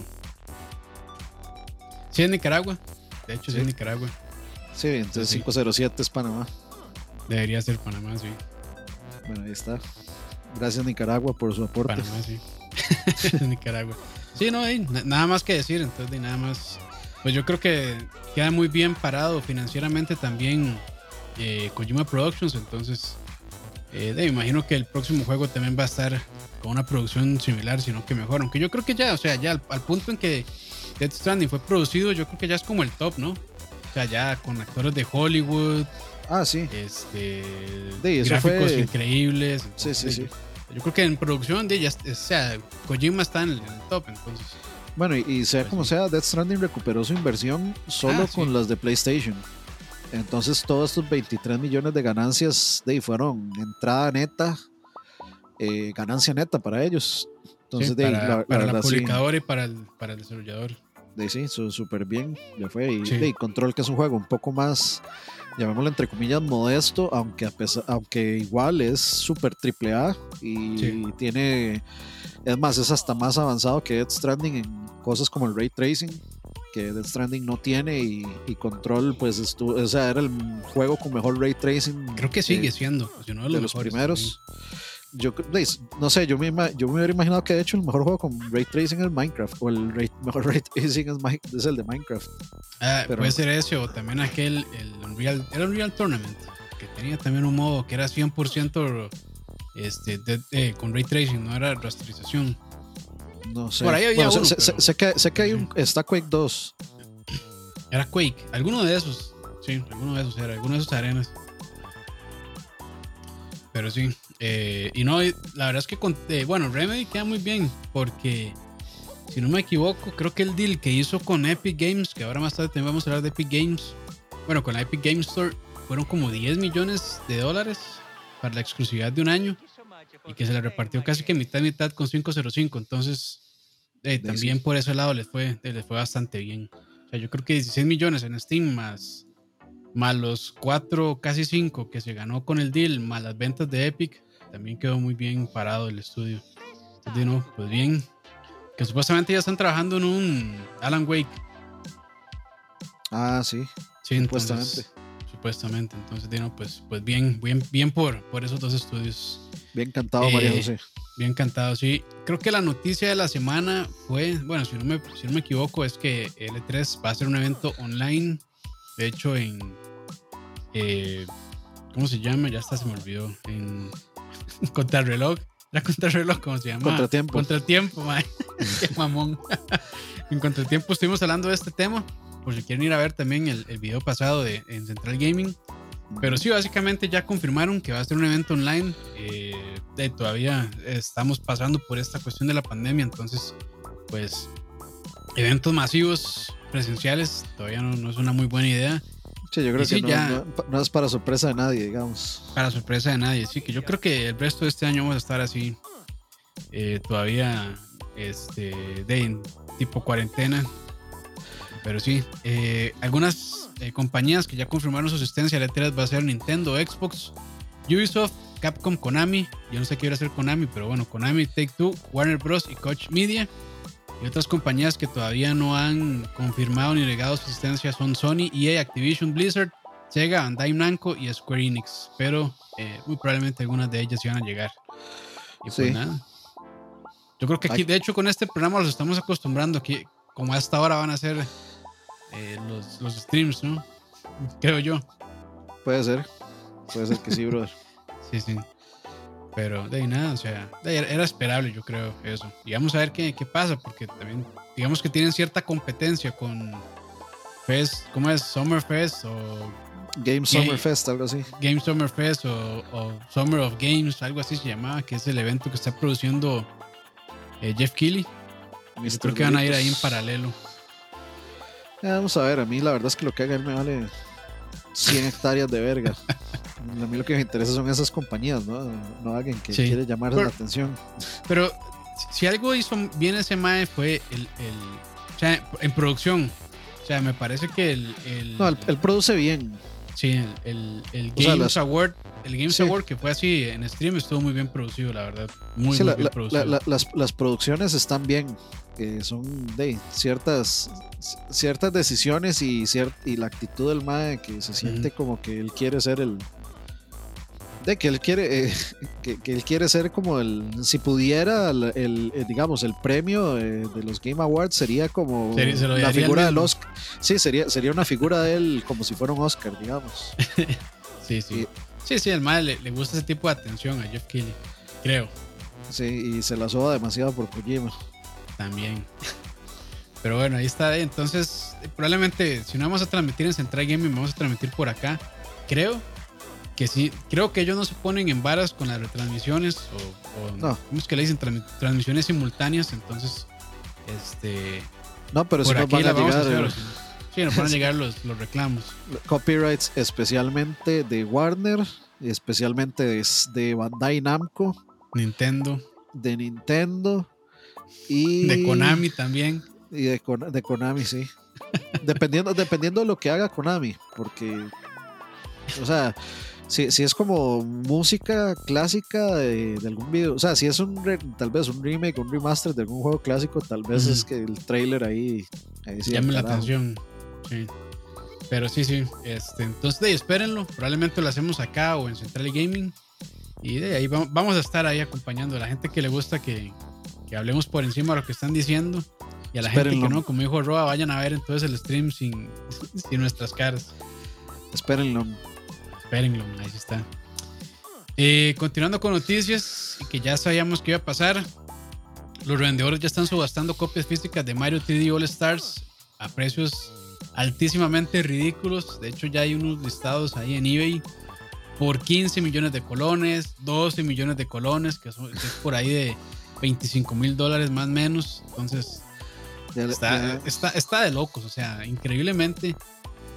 Sí, es Nicaragua. De hecho, sí, sí es Nicaragua. Sí, entonces sí. quinientos siete es Panamá. Debería ser Panamá, sí. Bueno, ahí está. Gracias, Nicaragua, por su aporte. Panamá, sí. Nicaragua. Sí, no, hay nada más que decir. Entonces, nada más. Pues yo creo que queda muy bien parado financieramente también. Eh, Kojima Productions, entonces eh, me imagino que el próximo juego también va a estar con una producción similar, sino que mejor, aunque yo creo que ya, o sea, ya al, al punto en que Death Stranding fue producido, yo creo que ya es como el top, ¿no? O sea, ya con actores de Hollywood, ah, sí, este, sí, eso gráficos fue... increíbles, entonces, sí, sí, sí. Yo creo que en producción de ya, o sea, Kojima está en el, en el top, entonces. Bueno, y, y sea pues, como sí. sea, Death Stranding recuperó su inversión solo ah, con sí. las de PlayStation. Entonces todos estos veintitrés millones de ganancias de ahí fueron entrada neta, eh, ganancia neta para ellos. Entonces sí, de para, ahí, la, para la, la sí, publicadora y para el, para el desarrollador. De sí, súper bien, le fue. Y sí. de ahí, Control, que es un juego un poco más, llamémoslo entre comillas, modesto, aunque, a pesar, aunque igual es súper triple A y sí. tiene, es más, es hasta más avanzado que Death Stranding en cosas como el Ray Tracing, que Death Stranding no tiene, y, y Control pues estuvo, o sea, era el juego con mejor Ray Tracing. Creo que sigue eh, siendo pues, uno de los, de los primeros. También. Yo no sé, yo me, yo me hubiera imaginado que de hecho el mejor juego con Ray Tracing es Minecraft, o el ray, mejor Ray Tracing es, es el de Minecraft. Ah, Pero, puede ser ese, o también aquel, el Unreal, era Unreal Tournament, que tenía también un modo que era cien por ciento este, de, eh, con Ray Tracing, no era rasterización. No sé. Por ahí había bueno, uno, sé, pero... sé, sé, que, sé que hay un, está Quake dos. Era Quake, alguno de esos, sí, alguno de esos era, alguno de esos arenas. Pero sí, eh, y no, la verdad es que, con, eh, bueno, Remedy queda muy bien, porque si no me equivoco, creo que el deal que hizo con Epic Games, que ahora más tarde también vamos a hablar de Epic Games, bueno, con la Epic Game Store fueron como diez millones de dólares para la exclusividad de un año y que se le repartió casi que mitad mitad con quinientos cinco. Entonces, eh, también por ese lado les fue, les fue bastante bien. O sea, yo creo que dieciséis millones en Steam más, más los cuatro, casi cinco que se ganó con el deal, más las ventas de Epic, también quedó muy bien parado el estudio. Entonces, no, pues bien, que supuestamente ya están trabajando en un Alan Wake. Ah, sí. Sí, supuestamente. Entonces, supuestamente. Entonces, no, pues, pues bien, bien, bien por, por esos dos estudios. Bien cantado, eh, María José. Bien cantado, sí. Creo que la noticia de la semana fue, bueno, si no me, si no me equivoco, es que el E tres va a ser un evento online. De hecho, en... Eh, ¿cómo se llama? Ya hasta se me olvidó. En Contrarreloj. ¿Era Contrarreloj? ¿Cómo se llama? Contratiempo. Contratiempo, man. Qué mamón. En Contratiempo estuvimos hablando de este tema. Por si quieren ir a ver también el, el video pasado de, en Central Gaming. Pero sí, básicamente ya confirmaron que va a ser un evento online. Eh, de, todavía estamos pasando por esta cuestión de la pandemia. Entonces, pues, eventos masivos, presenciales, todavía no, no es una muy buena idea. Sí, yo creo y sí, que no, ya, no, no es para sorpresa de nadie, digamos. Para sorpresa de nadie. Sí, que yo creo que el resto de este año vamos a estar así. Eh, todavía, este, de tipo cuarentena. Pero sí, eh, algunas eh, compañías que ya confirmaron su asistencia a la E tres va a ser Nintendo, Xbox, Ubisoft, Capcom, Konami. Yo no sé qué iba a hacer Konami, pero bueno, Konami, Take-Two, Warner Bros. Y Koch Media. Y otras compañías que todavía no han confirmado ni negado su asistencia son Sony, E A, Activision, Blizzard, Sega, Bandai Namco y Square Enix. Pero eh, muy probablemente algunas de ellas iban a llegar. Y pues sí. nada. Yo creo que aquí, de hecho, con este programa los estamos acostumbrando aquí, como a esta hora van a ser eh, los, los streams, ¿no? Creo yo. Puede ser. Puede ser que sí, brother. Sí, sí. Pero de nada, o sea, de, era esperable, yo creo, eso. Y vamos a ver qué, qué pasa, porque también, digamos que tienen cierta competencia con Fest, ¿cómo es? Summer Fest o Game Summer Fest, algo así. Game Summer Fest o, o Summer of Games, algo así se llamaba, que es el evento que está produciendo eh, Jeff Keighley. Yo creo que van a ir ahí en paralelo. Eh, vamos a ver, a mí la verdad es que lo que haga él me vale cien hectáreas de verga. A mí lo que me interesa son esas compañías, ¿no? No alguien que sí. quiere llamar pero, la atención. Pero si algo hizo bien ese mae fue el, el o sea, en producción. O sea, me parece que el... el no, él, él produce bien. Sí, el, el, el Games o sea, las, Award, el Games sí. Award que fue así en stream estuvo muy bien producido, la verdad. Muy, sí, muy la, bien la, producido. La, la, las, las producciones están bien. Que son de ciertas ciertas decisiones y, ciert, y la actitud del mae que se siente uh-huh. como que él quiere ser el de que él quiere eh, que, que él quiere ser como el si pudiera el, el, el digamos el premio de, de los Game Awards sería como se, se la figura del Oscar. Sí, sería sería una figura de él como si fuera un Oscar, digamos. sí, sí. Y, sí, sí, el mae le, le gusta ese tipo de atención a Jeff Keighley, creo. Sí, y se la soba demasiado por Kojima. También. Pero bueno, ahí está. Entonces, probablemente, si no vamos a transmitir en Central Gaming, vamos a transmitir por acá. Creo que sí. Creo que ellos no se ponen en varas con las retransmisiones o, o no. ¿cómo es que le dicen? Transmisiones simultáneas. Entonces, este. No, pero si nos van a llegar. A hacer, sí, nos van a llegar los, los reclamos. Copyrights especialmente de Warner, y especialmente de, de Bandai Namco, Nintendo. De Nintendo. Y de Konami también. Y de, de Konami, sí. dependiendo, dependiendo de lo que haga Konami. Porque, o sea, si, si es como música clásica de, de algún video, o sea, si es un re, tal vez un remake, un remaster de algún juego clásico, tal vez uh-huh. es que el trailer ahí, ahí sí llame la atención. Sí. Pero sí, sí. Este, entonces, de ahí, espérenlo. Probablemente lo hacemos acá o en Central Gaming. Y de ahí vamos, vamos a estar ahí acompañando a la gente que le gusta que. que hablemos por encima de lo que están diciendo y a la Espérenlo. gente que no, como dijo Roa, vayan a ver entonces el stream sin, sin nuestras caras. Espérenlo. Espérenlo, ahí está. Eh, continuando con noticias y que ya sabíamos que iba a pasar, los revendedores ya están subastando copias físicas de Mario tres D All Stars a precios altísimamente ridículos. De hecho, ya hay unos listados ahí en eBay por quince millones de colones, doce millones de colones, que, son, que es por ahí de veinticinco mil dólares más o menos. Entonces ya, está, ya. Está, está de locos, o sea, increíblemente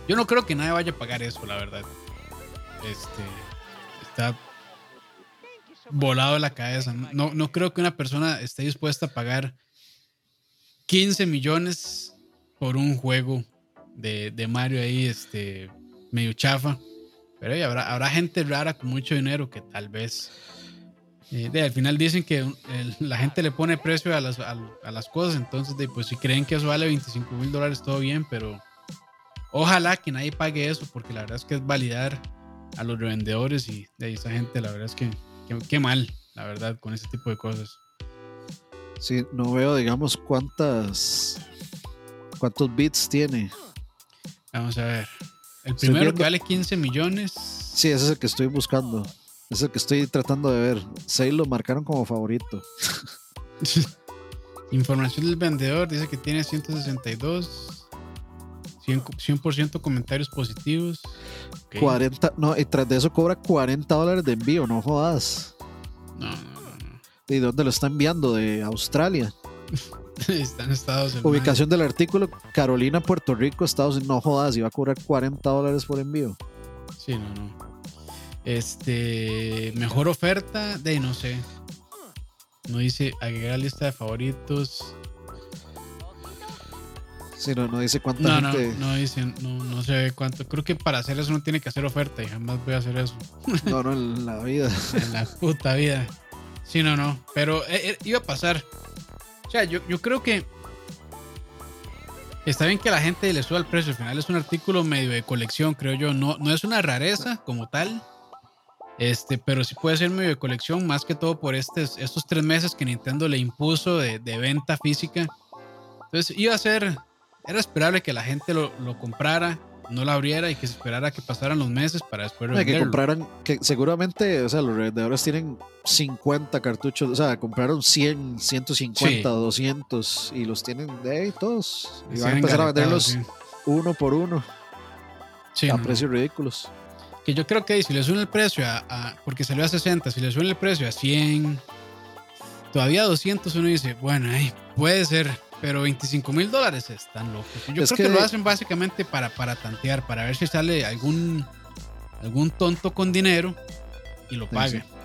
Yo no creo que nadie vaya a pagar eso, la verdad. Este, está volado de la cabeza. No, no creo que una persona esté dispuesta a pagar quince millones por un juego de, de Mario ahí, este, medio chafa. Pero hey, habrá, habrá gente rara con mucho dinero que tal vez... Eh, de, al final dicen que el, la gente le pone precio a las, a, a las cosas, entonces de, pues si creen que eso vale veinticinco mil dólares, todo bien, pero ojalá que nadie pague eso, porque la verdad es que es validar a los revendedores y de esa gente, la verdad es que qué mal, la verdad, con ese tipo de cosas. Sí, no veo, digamos, cuántas cuántos bits tiene. Vamos a ver. El primero que vale quince millones. Sí, ese es el que estoy buscando. Es el que estoy tratando de ver. seis lo marcaron como favorito. Información del vendedor dice que tiene ciento sesenta y dos. cien por ciento comentarios positivos. Okay. cuarenta, no, y tras de eso cobra cuarenta dólares de envío, no jodas. No, no, no, no. ¿Y dónde lo está enviando? De Australia. Está en Estados Unidos. Ubicación del artículo: Carolina, Puerto Rico, Estados Unidos. No jodas, y va a cobrar cuarenta dólares por envío. Sí, no, no. Este, mejor oferta de no sé. No dice agregar lista de favoritos. Sí, no, no dice cuánta no, gente. No, no dice, no, no sé cuánto. Creo que para hacer eso no tiene que hacer oferta y jamás voy a hacer eso. No, no, en la vida. En la puta vida. Sí, no, no. Pero eh, eh, iba a pasar. O sea, yo, yo creo que está bien que la gente le suba el precio. Al final es un artículo medio de colección, creo yo. No, no es una rareza como tal. Este, pero sí puede ser medio de colección, más que todo por estos, estos tres meses que Nintendo le impuso de, de venta física. Entonces iba a ser, era esperable que la gente lo, lo comprara, no lo abriera y que se esperara que pasaran los meses para después No, revenderlo. que compraran, que seguramente, o sea, los revendedores tienen cincuenta cartuchos, o sea, compraron cien, ciento cincuenta, sí. doscientos y los tienen de ahí todos. Y van a empezar a venderlos sí. uno por uno sí, a no, precios no. ridículos. Que yo creo que si le suben el precio a, a, porque salió a sesenta, si le suben el precio a cien, todavía a doscientos, uno dice, bueno, ay, puede ser, pero veinticinco mil dólares están locos. Yo es creo que, que lo hacen básicamente para, para tantear, para ver si sale algún, algún tonto con dinero y lo pague. Sí.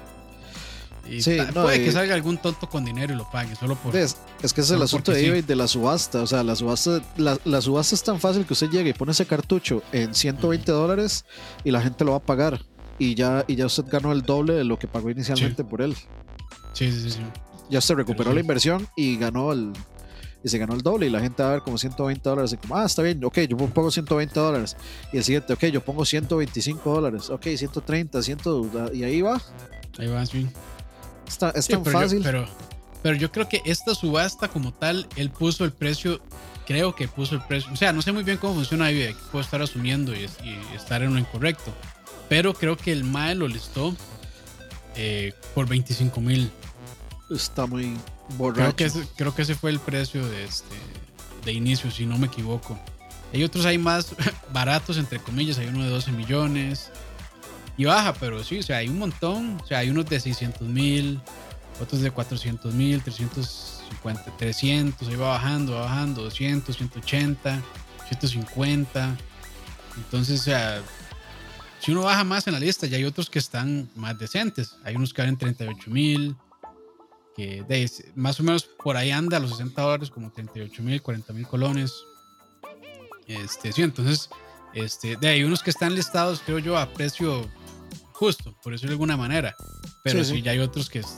Y sí, ta, no, puede y, que salga algún tonto con dinero y lo pague, solo por... Es, es que es el asunto de eBay sí. de la subasta. O sea, la subasta, la, la subasta es tan fácil que usted llegue y pone ese cartucho en ciento veinte dólares y la gente lo va a pagar. Y ya, y ya usted ganó el doble de lo que pagó inicialmente sí. por él. Sí, sí, sí, sí. Ya se recuperó sí. la inversión y ganó el... Y se ganó el doble y la gente va a ver como ciento veinte dólares y como, ah, está bien, ok, yo pongo ciento veinte dólares. Y el siguiente, ok, yo pongo ciento veinticinco dólares. Ok, ciento treinta, cien, y ahí va. Ahí va, sí. Está, es sí, tan pero fácil. Yo, pero, pero yo creo que esta subasta como tal, él puso el precio, creo que puso el precio. O sea, no sé muy bien cómo funciona ahí, puedo estar asumiendo y, y estar en lo incorrecto. Pero creo que el M A E lo listó eh, por veinticinco mil. Está muy borracho. Creo que, ese, creo que ese fue el precio de, este, de inicio, si no me equivoco. Hay otros ahí más baratos, entre comillas, hay uno de doce millones. Y baja, pero sí, o sea, hay un montón. O sea, hay unos de seiscientos mil, otros de cuatrocientos mil, trescientos cincuenta, trescientos, ahí va bajando, va bajando, doscientos, ciento ochenta, ciento cincuenta. Entonces, o sea, si uno baja más en la lista, ya hay otros que están más decentes. Hay unos que valen treinta y ocho mil, que de, más o menos por ahí anda a los sesenta dólares, como treinta y ocho mil, cuarenta mil colones. Este, sí, entonces, este, de hay unos que están listados, creo yo, a precio justo, por decirlo de alguna manera, pero sí, sí. sí ya hay otros que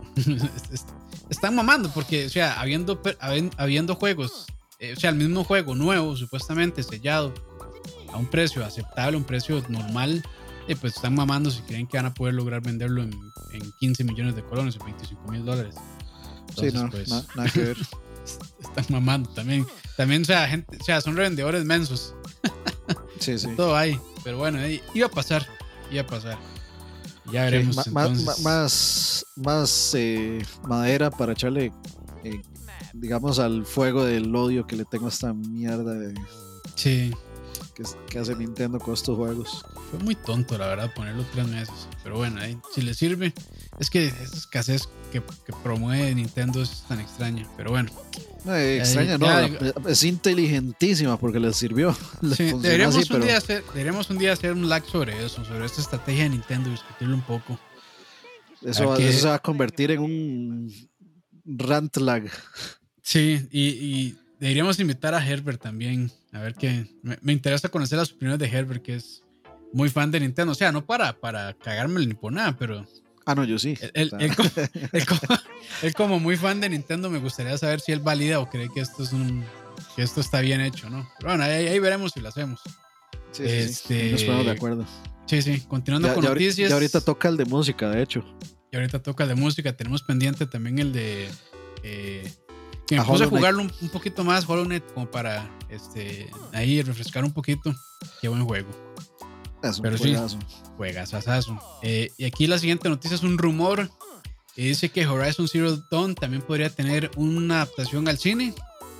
están mamando, porque, o sea, habiendo, habiendo juegos, eh, o sea, el mismo juego nuevo, supuestamente sellado, a un precio aceptable, un precio normal, eh, pues están mamando si creen que van a poder lograr venderlo en, en quince millones de colones o veinticinco mil dólares. Entonces, sí, no, pues, no, nada que ver. Están mamando también, también, o sea, gente, o sea, son revendedores mensos. Sí, sí. Todo hay, pero bueno, eh, iba a pasar. Iba a pasar. Ya veremos. Sí, entonces. Más, más, más eh, madera para echarle, eh, digamos, al fuego del odio que le tengo a esta mierda de, sí. que, que hace Nintendo con estos juegos. Fue muy tonto, la verdad, ponerlo tres meses. Pero bueno, eh, si le sirve. Es que esa escasez que, que promueve Nintendo es tan extraña. Pero bueno. Eh, extraña, no, ya, la- es inteligentísima porque les sirvió. Les sí, funcionó deberíamos, así, un pero día hacer, deberíamos un día hacer un lag sobre eso, sobre esta estrategia de Nintendo y discutirlo un poco. A eso, ver va- qué. eso se va a convertir en un rant lag. Sí, y, y deberíamos invitar a Herbert también. A ver qué. Me, me interesa conocer las opiniones de Herbert, que es muy fan de Nintendo. O sea, no para, para cagármelo ni por nada, pero Ah, no, yo sí. él, O él, sea, él como, él como- él como muy fan de Nintendo, me gustaría saber si él valida o cree que esto es un que esto está bien hecho, ¿no? Pero bueno, ahí, ahí veremos si lo hacemos. sí, sí, sí. Este, Ahí nos ponemos de acuerdo. Sí, sí. Continuando Ya, con ya, ahorita, noticias. ya ahorita toca el de música, de hecho. Y ahorita toca el de música. Tenemos pendiente también el de. Eh, que me A puse a Hollow Knight. jugarlo un, un poquito más, Hollow Knight, como para este, ahí refrescar un poquito. Qué buen juego. Es un Pero sí. juegazo. Juegazazazo. Eh, y aquí la siguiente noticia es un rumor. Que dice que Horizon Zero Dawn también podría tener una adaptación al cine.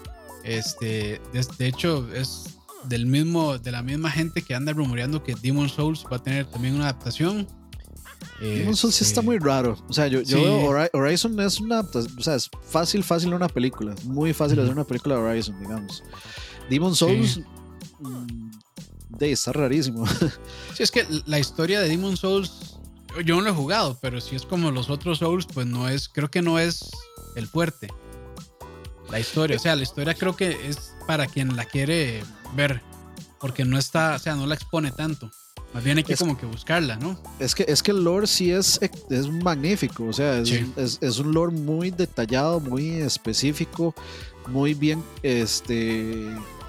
Este, de, de hecho, es del mismo, de la misma gente que anda rumoreando que Demon's Souls va a tener también una adaptación. Demon's Souls sí Este, está muy raro. O sea, yo, yo sí. veo Hori- Horizon es una. O sea, es fácil, fácil una película. Muy fácil Ujú. hacer una película de Horizon, digamos. Demon's Souls. Sí. mm, de, está rarísimo. Sí, es que la historia de Demon's Souls, yo no lo he jugado, pero si es como los otros Souls, pues no es, creo que no es el fuerte. La historia, o sea, la historia creo que es para quien la quiere ver, porque no está, o sea, no la expone tanto. Más bien hay que Es- como que buscarla, ¿no? Es que, es que el lore sí es, es magnífico. O sea, es, Sí. es, es un lore muy detallado, muy específico, muy bien, este.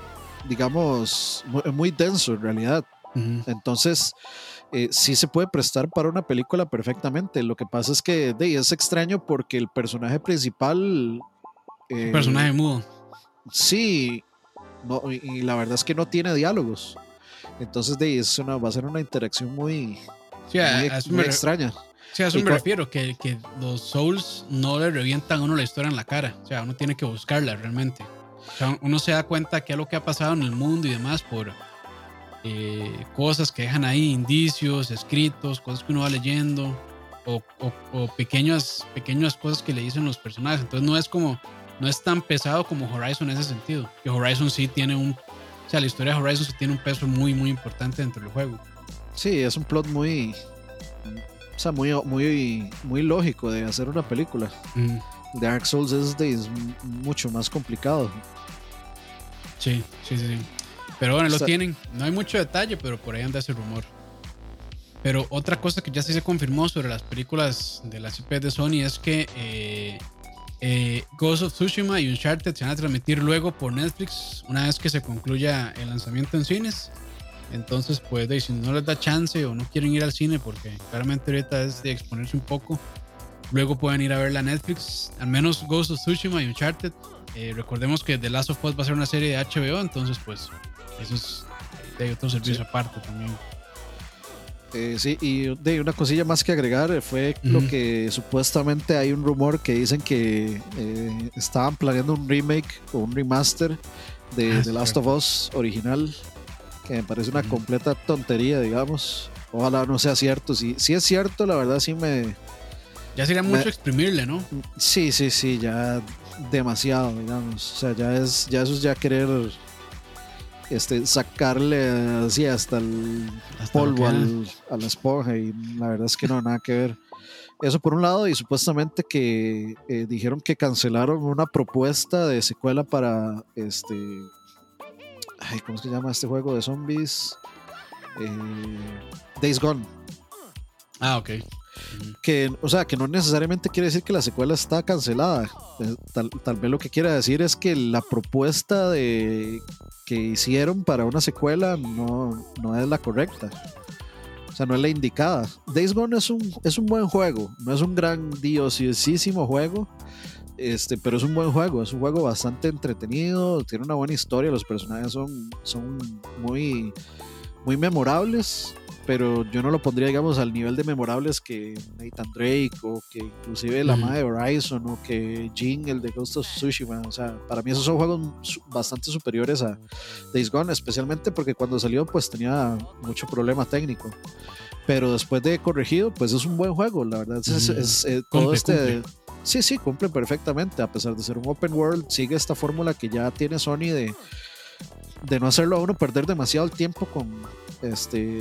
Digamos, muy, muy denso en realidad. Ujú. Entonces, eh, sí se puede prestar para una película perfectamente. Lo que pasa es que de, es extraño porque el personaje principal. eh, Un personaje mudo. Sí, no, y, y la verdad es que no tiene diálogos. Entonces, de, es una, va a ser una interacción muy, Sí, a, muy, a eso muy me, re- extraña. sí, a eso Y me co- refiero, que, que los Souls no le revientan a uno la historia en la cara. O sea, uno tiene que buscarla realmente. O sea, uno se da cuenta que es lo que ha pasado en el mundo y demás por eh, cosas que dejan ahí, indicios, escritos, cosas que uno va leyendo o, o, o pequeñas, pequeñas cosas que le dicen los personajes. Entonces no es como, no es tan pesado como Horizon en ese sentido. Que Horizon sí tiene un, o sea, la historia de Horizon sí tiene un peso muy, muy importante dentro del juego. Sí, es un plot muy. O sea, muy, muy, muy lógico de hacer una película. Mm, Dark Souls es, de, es mucho más complicado. sí, sí, sí, sí. Pero bueno, lo Está- tienen. No hay mucho detalle, pero por ahí anda ese rumor. Pero otra cosa que ya sí se confirmó sobre las películas de las I P de Sony es que eh, eh, Ghost of Tsushima y Uncharted se van a transmitir luego por Netflix una vez que se concluya el lanzamiento en cines. Entonces, pues, de, si no les da chance o no quieren ir al cine, porque claramente ahorita es de exponerse un poco, luego pueden ir a verla a Netflix. Al menos Ghost of Tsushima y Uncharted. Eh, recordemos que The Last of Us va a ser una serie de H B O, entonces, pues, eso es de otro servicio Sí. aparte también. Eh, sí, y de una cosilla más que agregar eh, fue Ujú. lo que supuestamente hay un rumor que dicen que eh, estaban planeando un remake o un remaster de Ah, The sí, Last claro. of Us original, que me parece una Ujú. completa tontería, digamos. Ojalá no sea cierto. Si, si es cierto, la verdad sí me. Ya sería Me- mucho exprimirle, ¿no? Sí, sí, sí, ya demasiado, digamos. O sea, ya es, ya eso es ya querer este, sacarle así hasta el Hasta lo polvo que al, a la esponja y la verdad es que no, nada que ver. Eso por un lado y supuestamente que eh, dijeron que cancelaron una propuesta de secuela para este, ay, ¿cómo es que se llama este juego de zombies? Eh, Days Gone. Ah, ok. Ujú. Que, o sea, que no necesariamente quiere decir que la secuela está cancelada. Eh, Tal, tal vez lo que quiera decir es que la propuesta de que hicieron para una secuela no, no es la correcta. O sea, no es la indicada. Days Gone es un, es un buen juego. No es un grandiosísimo juego. Este, pero es un buen juego. Es un juego bastante entretenido. Tiene una buena historia. Los personajes son, son muy, muy memorables. Pero yo no lo pondría, digamos, al nivel de memorables que Nathan Drake o que inclusive la Ujú. madre de Horizon o que Jin, el de Ghost of Tsushima. O sea, para mí esos son juegos su- bastante superiores a Days Gone, especialmente porque cuando salió pues tenía mucho problema técnico. Pero después de corregido, pues es un buen juego, la verdad. Es, Ujú. es- eh, todo Cumple, este, cumple. Sí, sí, cumple perfectamente. A pesar de ser un open world, sigue esta fórmula que ya tiene Sony de, de no hacerlo a uno perder demasiado el tiempo con este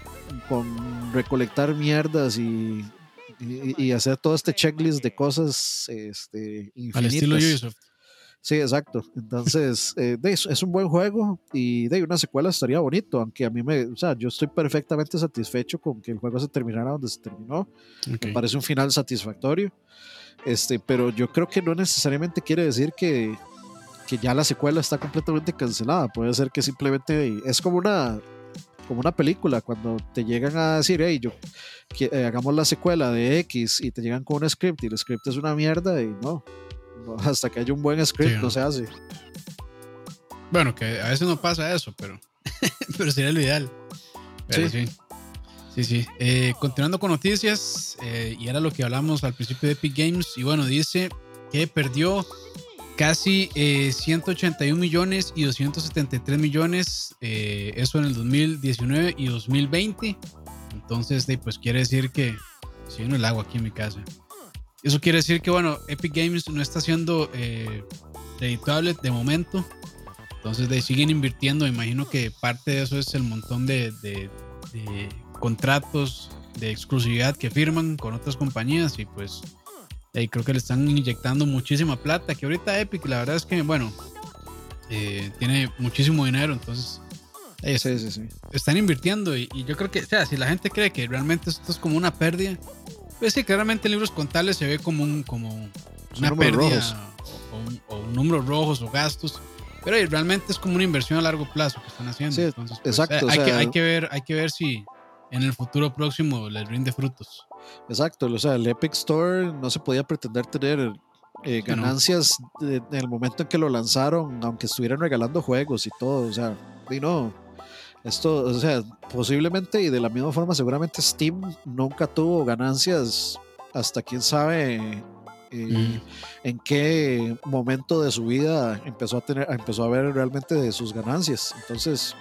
con recolectar mierdas y, y, y hacer todo este checklist de cosas este, Al estilo infinitas. Ubisoft. Sí, exacto. Entonces, eh, de, es, es un buen juego y de una secuela estaría bonito, aunque a mí me, o sea, yo estoy perfectamente satisfecho con que el juego se terminara donde se terminó. Me Okay. parece un final satisfactorio. Este, pero yo creo que no necesariamente quiere decir que, que ya la secuela está completamente cancelada. Puede ser que simplemente es como una, como una película, cuando te llegan a decir, hey, yo, que, eh, hagamos la secuela de X y te llegan con un script y el script es una mierda y no, no hasta que haya un buen script Sí, no ¿no? se hace. Bueno, que a veces no pasa eso, pero, pero sería lo ideal. Pero sí. sí. Sí, sí. Eh, continuando con noticias, eh, y era lo que hablamos al principio de Epic Games, y bueno, dice que perdió casi eh, ciento ochenta y un millones y doscientos setenta y tres millones, eh, eso en el dos mil diecinueve y dos mil veinte. Entonces, de, pues quiere decir que si no el agua aquí en mi casa. Eso quiere decir que, bueno, Epic Games no está siendo eh, redituable de momento. Entonces, de, siguen invirtiendo. Imagino que parte de eso es el montón de, de, de contratos de exclusividad que firman con otras compañías y pues eh, creo que le están inyectando muchísima plata, que ahorita Epic la verdad es que bueno eh, tiene muchísimo dinero, entonces eh, Sí, sí, sí. están invirtiendo y, y yo creo que, o sea, si la gente cree que realmente esto es como una pérdida, pues sí, claramente en libros contables se ve como un como una pérdida o, o, un, o un números rojos o gastos, pero eh, realmente es como una inversión a largo plazo que están haciendo. Sí, entonces pues, exacto. eh, hay, o sea, que, hay que ver hay que ver si en el futuro próximo les rinde frutos. Exacto, o sea, el Epic Store no se podía pretender tener eh, Sí, no. ganancias de- en el momento en que lo lanzaron, aunque estuvieran regalando juegos y todo, o sea, y no, esto, o sea, posiblemente y de la misma forma, seguramente Steam nunca tuvo ganancias hasta quién sabe eh, Mm. en qué momento de su vida empezó a tener, empezó a ver realmente de sus ganancias. Entonces,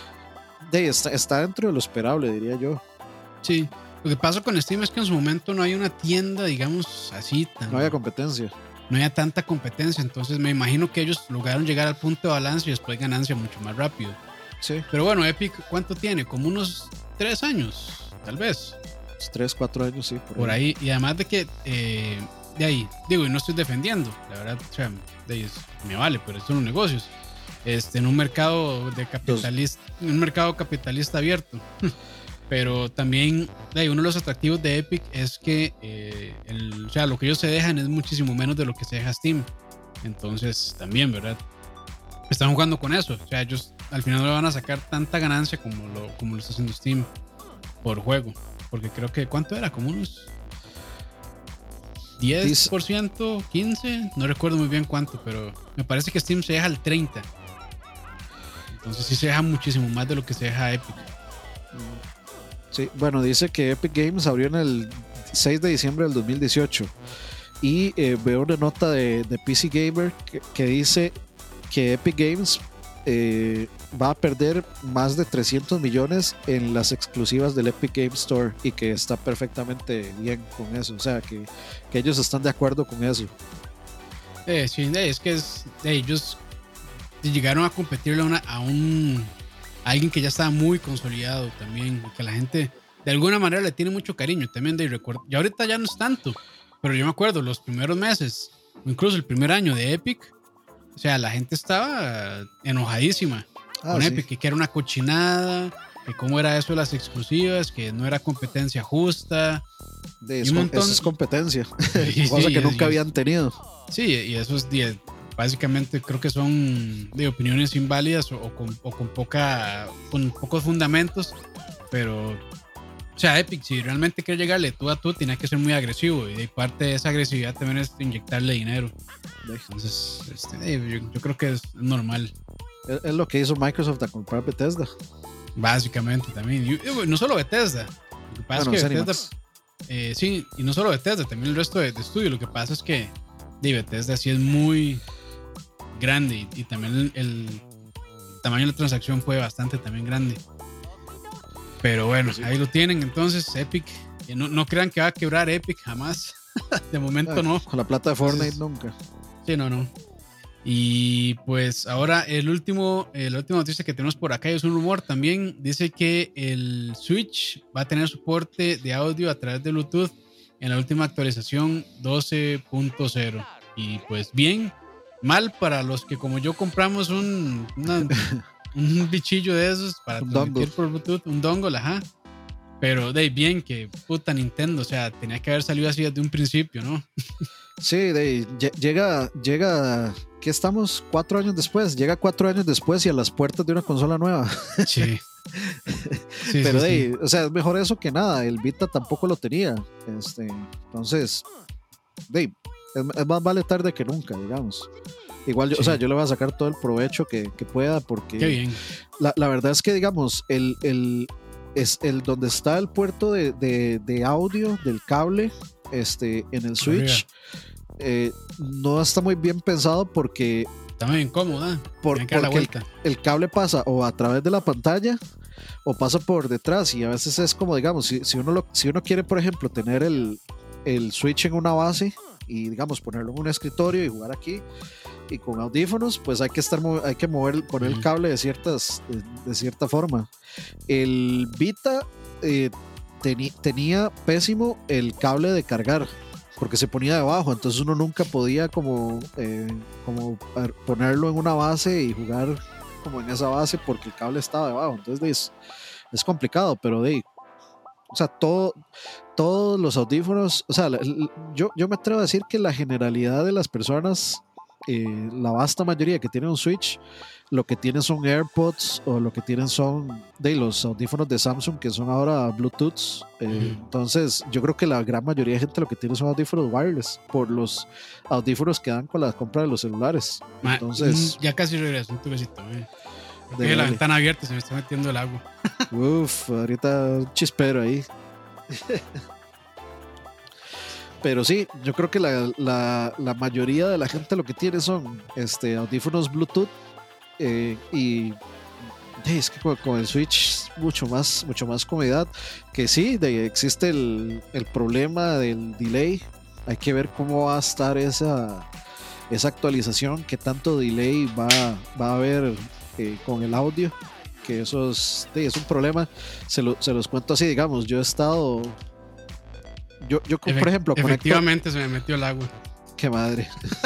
de, está, está dentro de lo esperable, diría yo. Sí, lo que pasa con Steam es que en su momento no hay una tienda, digamos, así tan... No había competencia. No había tanta competencia, entonces me imagino que ellos lograron llegar al punto de balance y después ganancia mucho más rápido. Sí. Pero bueno, Epic, ¿cuánto tiene? Como unos tres años, tal vez. Tres, cuatro años, sí. Por, Por ahí. Y además de que, eh, de ahí, digo, y no estoy defendiendo, la verdad, o sea, de ahí es- me vale, pero estos son los negocios. Este, en un mercado de capitalista, en un mercado capitalista abierto. Pero también hay uno de los atractivos de Epic es que eh, el, o sea, lo que ellos se dejan es muchísimo menos de lo que se deja Steam. Entonces también, ¿verdad? Están jugando con eso. O sea, ellos al final no le van a sacar tanta ganancia como lo, como lo está haciendo Steam por juego. Porque creo que, ¿cuánto era? Como unos diez por ciento, quince por ciento, no recuerdo muy bien cuánto, pero me parece que Steam se deja al treinta por ciento. Entonces sí se deja muchísimo más de lo que se deja Epic. Sí, bueno, dice que Epic Games abrió en el seis de diciembre del dos mil dieciocho y eh, veo una nota de, de P C Gamer que, que dice que Epic Games eh, va a perder más de trescientos millones en las exclusivas del Epic Games Store y que está perfectamente bien con eso, o sea, que, que ellos están de acuerdo con eso. Eh, sí, eh, es que es, eh, ellos llegaron a competirle a, una, a un a alguien que ya estaba muy consolidado también, y que la gente de alguna manera le tiene mucho cariño también de recuerdo. Y ahorita ya no es tanto, pero yo me acuerdo los primeros meses, incluso el primer año de Epic, o sea, la gente estaba enojadísima Ah, con sí. Epic, que era una cochinada, que cómo era eso de las exclusivas, que no era competencia justa. De, Y es, un com- montón- eso es competencia, Sí, cosa sí, que es- nunca es- habían tenido. Sí, y esos diez básicamente creo que son de opiniones inválidas o, o, con, o con poca con pocos fundamentos, pero o sea, Epic si realmente quiere llegarle tú a tú tiene que ser muy agresivo y de parte de esa agresividad también es inyectarle dinero. Entonces, este, yo, yo creo que es normal. Es, es lo que hizo Microsoft a comprar Bethesda. Básicamente también. Y, y no solo Bethesda. Lo que pasa Bueno, es que Bethesda, Zenimax. eh, sí, y no solo Bethesda, también el resto de, de estudios. Lo que pasa es que de Bethesda sí es muy grande y, y también el, el tamaño de la transacción fue bastante también grande. Pero bueno, Sí. ahí lo tienen. Entonces, Epic, eh, no, no crean que va a quebrar Epic jamás. De momento Ah, no. con la plata de Fortnite Entonces, nunca. sí, no, no. Y pues ahora el último, eh, la última noticia que tenemos por acá es un rumor también. Dice que el Switch va a tener soporte de audio a través de Bluetooth en la última actualización doce punto cero. Y pues bien, mal para los que como yo compramos un, una- un bichillo de esos para Un dongle. transmitir por Bluetooth, un dongle, ajá. Pero de ahí bien que puta Nintendo, o sea, tenía que haber salido así desde un principio, ¿no? Sí, de, lle- llega, llega, ¿qué estamos? Cuatro años después, llega cuatro años después y a las puertas de una consola nueva. Sí, sí, Pero sí, de, sí. ahí, o sea, es mejor eso que nada. El Vita tampoco lo tenía. Este, entonces, de, ahí, es, es más vale tarde que nunca, digamos. Igual, yo, o sea, Sí. yo le voy a sacar todo el provecho que, que pueda Qué porque bien. la, la verdad es que, digamos, el, el, es el donde está el puerto de, de, de audio del cable este, en el Switch. Eh, no está muy bien pensado porque, Está muy incómoda. por, Tienen que dar la porque el, vuelta. el cable pasa o a través de la pantalla o pasa por detrás y a veces es como, digamos, si, si, uno, lo, si uno quiere, por ejemplo, tener el, el Switch en una base y, digamos, ponerlo en un escritorio y jugar aquí y con audífonos, pues hay que estar hay que mover, poner Ujú. el cable de, ciertas, de, de cierta forma. El Vita eh, teni, tenía pésimo el cable de cargar porque se ponía debajo, entonces uno nunca podía como, eh, como ponerlo en una base y jugar como en esa base porque el cable estaba debajo, entonces es, es complicado, pero de, o sea, todo, todos los audífonos, o sea, la, yo, yo me atrevo a decir que la generalidad de las personas, eh, la vasta mayoría que tienen un Switch, lo que tienen son AirPods o lo que tienen son de los audífonos de Samsung que son ahora Bluetooth. Eh, Ujú. entonces, yo creo que la gran mayoría de gente lo que tiene son audífonos wireless por los audífonos que dan con la compra de los celulares. Ma, Entonces, mm, ya casi regreso, un turecito. Eh. de Dejé la dale. ventana abierta y se me está metiendo el agua. Uf, ahorita un chispero ahí. Pero sí, yo creo que la, la, la, mayoría de la gente lo que tiene son este, audífonos Bluetooth eh, y de, es que con, con, el Switch mucho más, mucho más comodidad. Que sí, de, existe el, el problema del delay. Hay que ver cómo va a estar esa, esa actualización, qué tanto delay va, va a haber eh, con el audio. Que eso es, de, es un problema. Se, lo, se los cuento así, digamos, yo he estado... Yo, yo por ejemplo, efectivamente conecto... se me metió el agua. Qué madre.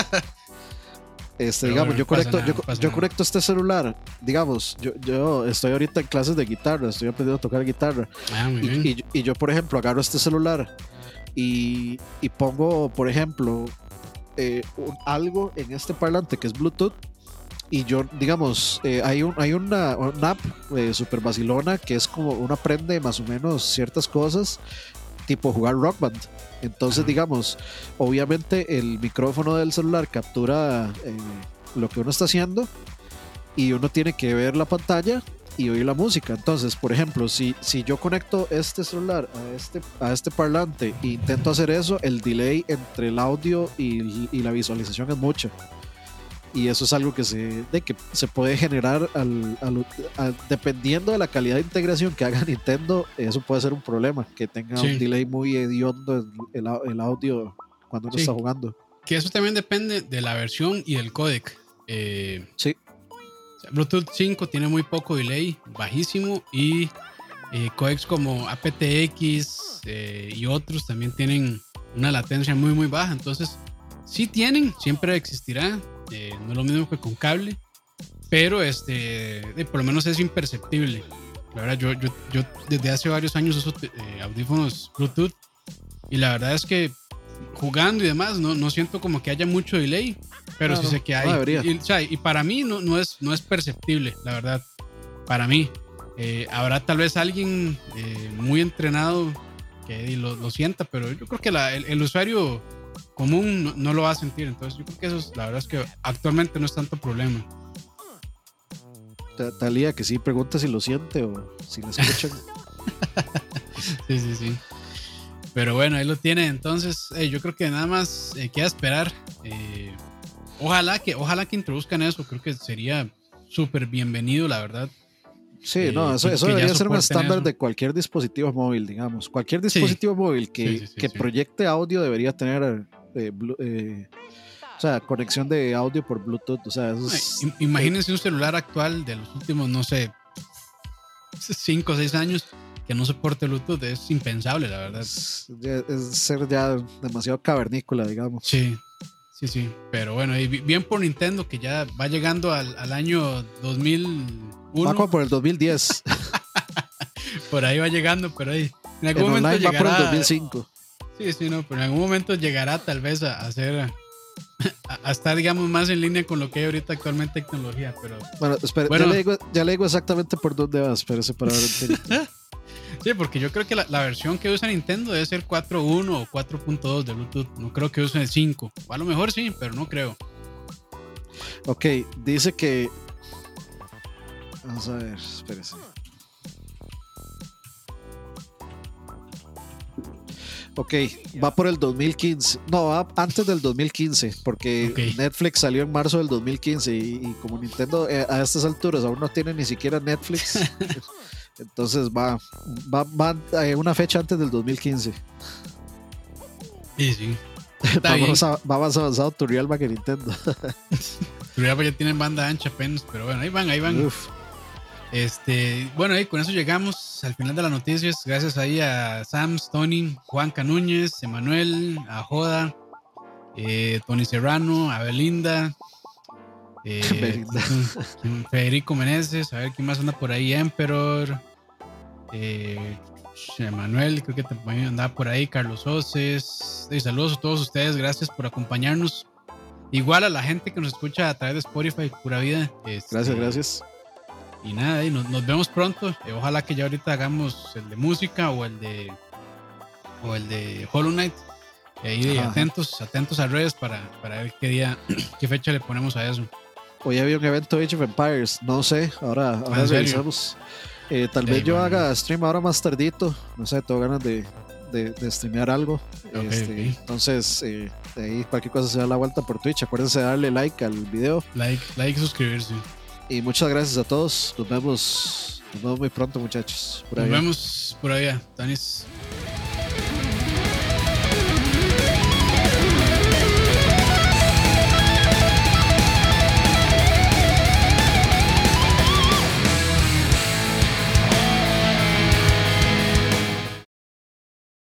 Este, Pero digamos, bueno, yo no conecto, nada, yo, no yo conecto este celular, digamos, yo, yo estoy ahorita en clases de guitarra, estoy aprendiendo a tocar guitarra. Ah, muy y, bien. Y, y yo, por ejemplo, agarro este celular y, y pongo, por ejemplo, eh, un, algo en este parlante que es Bluetooth. Y yo, digamos, eh, hay, un, hay una, una app eh, super vacilona que es como uno aprende más o menos ciertas cosas, tipo jugar Rock Band. Entonces, ajá, digamos, obviamente el micrófono del celular captura eh, lo que uno está haciendo y uno tiene que ver la pantalla y oír la música. Entonces, por ejemplo, si, si yo conecto este celular a este, a este parlante e intento hacer eso, el delay entre el audio y, y la visualización es mucho. Y eso es algo que se, de que se puede generar al, al, al, dependiendo de la calidad de integración que haga Nintendo, eso puede ser un problema, que tenga sí. un delay muy hediondo el, el audio cuando uno sí. está jugando. Que eso también depende de la versión y del códec. Eh, sí. O sea, Bluetooth cinco tiene muy poco delay, bajísimo, y eh, códecs como A P T X eh, y otros también tienen una latencia muy muy baja. Entonces, sí tienen, siempre existirá. Eh, no es lo mismo que con cable, pero este, eh, por lo menos es imperceptible. La verdad, yo, yo, yo desde hace varios años uso eh, audífonos Bluetooth y la verdad es que jugando y demás no, no siento como que haya mucho delay, pero no, sí sé que hay. No y, o sea, y para mí no, no, es, no es perceptible, la verdad. Para mí, eh, habrá tal vez alguien eh, muy entrenado que lo, lo sienta, pero yo creo que la, el, el usuario común no, no lo va a sentir. Entonces yo creo que eso es, la verdad es que actualmente no es tanto problema. Talía que sí pregunta si lo siente o si lo escuchan. Sí, sí, sí. Pero bueno, ahí lo tiene. Entonces eh, yo creo que nada más eh, queda esperar. Eh, ojalá que ojalá que introduzcan eso. Creo que sería súper bienvenido, la verdad. Sí, eh, no, eso, que- eso que ya debería ser un soporten estándar eso. de cualquier dispositivo móvil, digamos. Cualquier Sí, dispositivo móvil que, sí, sí, sí, que sí. proyecte audio debería tener eh, blu- eh, o sea, conexión de audio por Bluetooth. O sea, eso Ay, es. im- Imagínense un celular actual de los últimos, no sé, cinco o seis años que no soporte Bluetooth. Es impensable, la verdad. Es, es- es ser ya demasiado cavernícola, digamos. Sí, sí, sí. Pero bueno, y bi- bien por Nintendo que ya va llegando al, al año dos mil Va uno. como por el dos mil diez. Por ahí va llegando, pero ahí en En algún momento online va por el llegará. dos mil cinco. Sí, sí, no, pero en algún momento llegará tal vez a, a hacer, a, a estar, digamos, más en línea con lo que hay ahorita actualmente en tecnología. Pero Bueno, espera, Bueno. ya, le digo, ya le digo exactamente por dónde va. Espérese para ver. el teléfono. sí, porque yo creo que la, la versión que usa Nintendo debe ser cuatro punto uno o cuatro punto dos de Bluetooth. No creo que use el cinco. O a lo mejor sí, pero no creo. Ok, dice que. Vamos a ver, espérese. Ok, va por el dos mil quince. No, va antes del dos mil quince, porque Ok. Netflix salió en marzo del dos mil quince y, y como Nintendo eh, a estas alturas aún no tiene ni siquiera Netflix, entonces va, va, va a una fecha antes del dos mil quince. Sí, sí. Está Va bien. más, a- va más avanzado tu Realme que Nintendo. Pero ya, pues, ya tienen banda ancha apenas. Pero bueno, ahí van, ahí van. Uf, Este, bueno, y con eso llegamos al final de las noticias. Gracias ahí a Sam, Tony, Juan Canúñez, Emanuel, a Joda, eh, Tony Serrano, a Belinda, eh, Belinda. Federico Meneses, a ver quién más anda por ahí, Emperor, eh, Emanuel, creo que también andaba por ahí, Carlos Oces. Y saludos a todos ustedes, gracias por acompañarnos. Igual a la gente que nos escucha a través de Spotify, pura vida. Este, gracias, gracias. Y nada, y nos, nos vemos pronto. Eh, ojalá que ya ahorita hagamos el de música o el de o el de Hollow Knight. Y ahí Ajá. atentos, atentos a redes para, para ver qué día, qué fecha le ponemos a eso. Hoy había un evento de Age of Empires, no sé, ahora, ahora ¿en serio? revisamos. Eh, tal Sí, vez yo bueno. haga stream ahora más tardito, no sé, tengo ganas de, de, de streamear algo. Ok, Este, ok. Entonces, eh, de ahí cualquier cosa se da la vuelta por Twitch. Acuérdense de darle like al video. Like, like, suscribirse. Y muchas gracias a todos. Nos vemos, nos vemos muy pronto, muchachos. Por Nos ahí. vemos por allá, Tanis.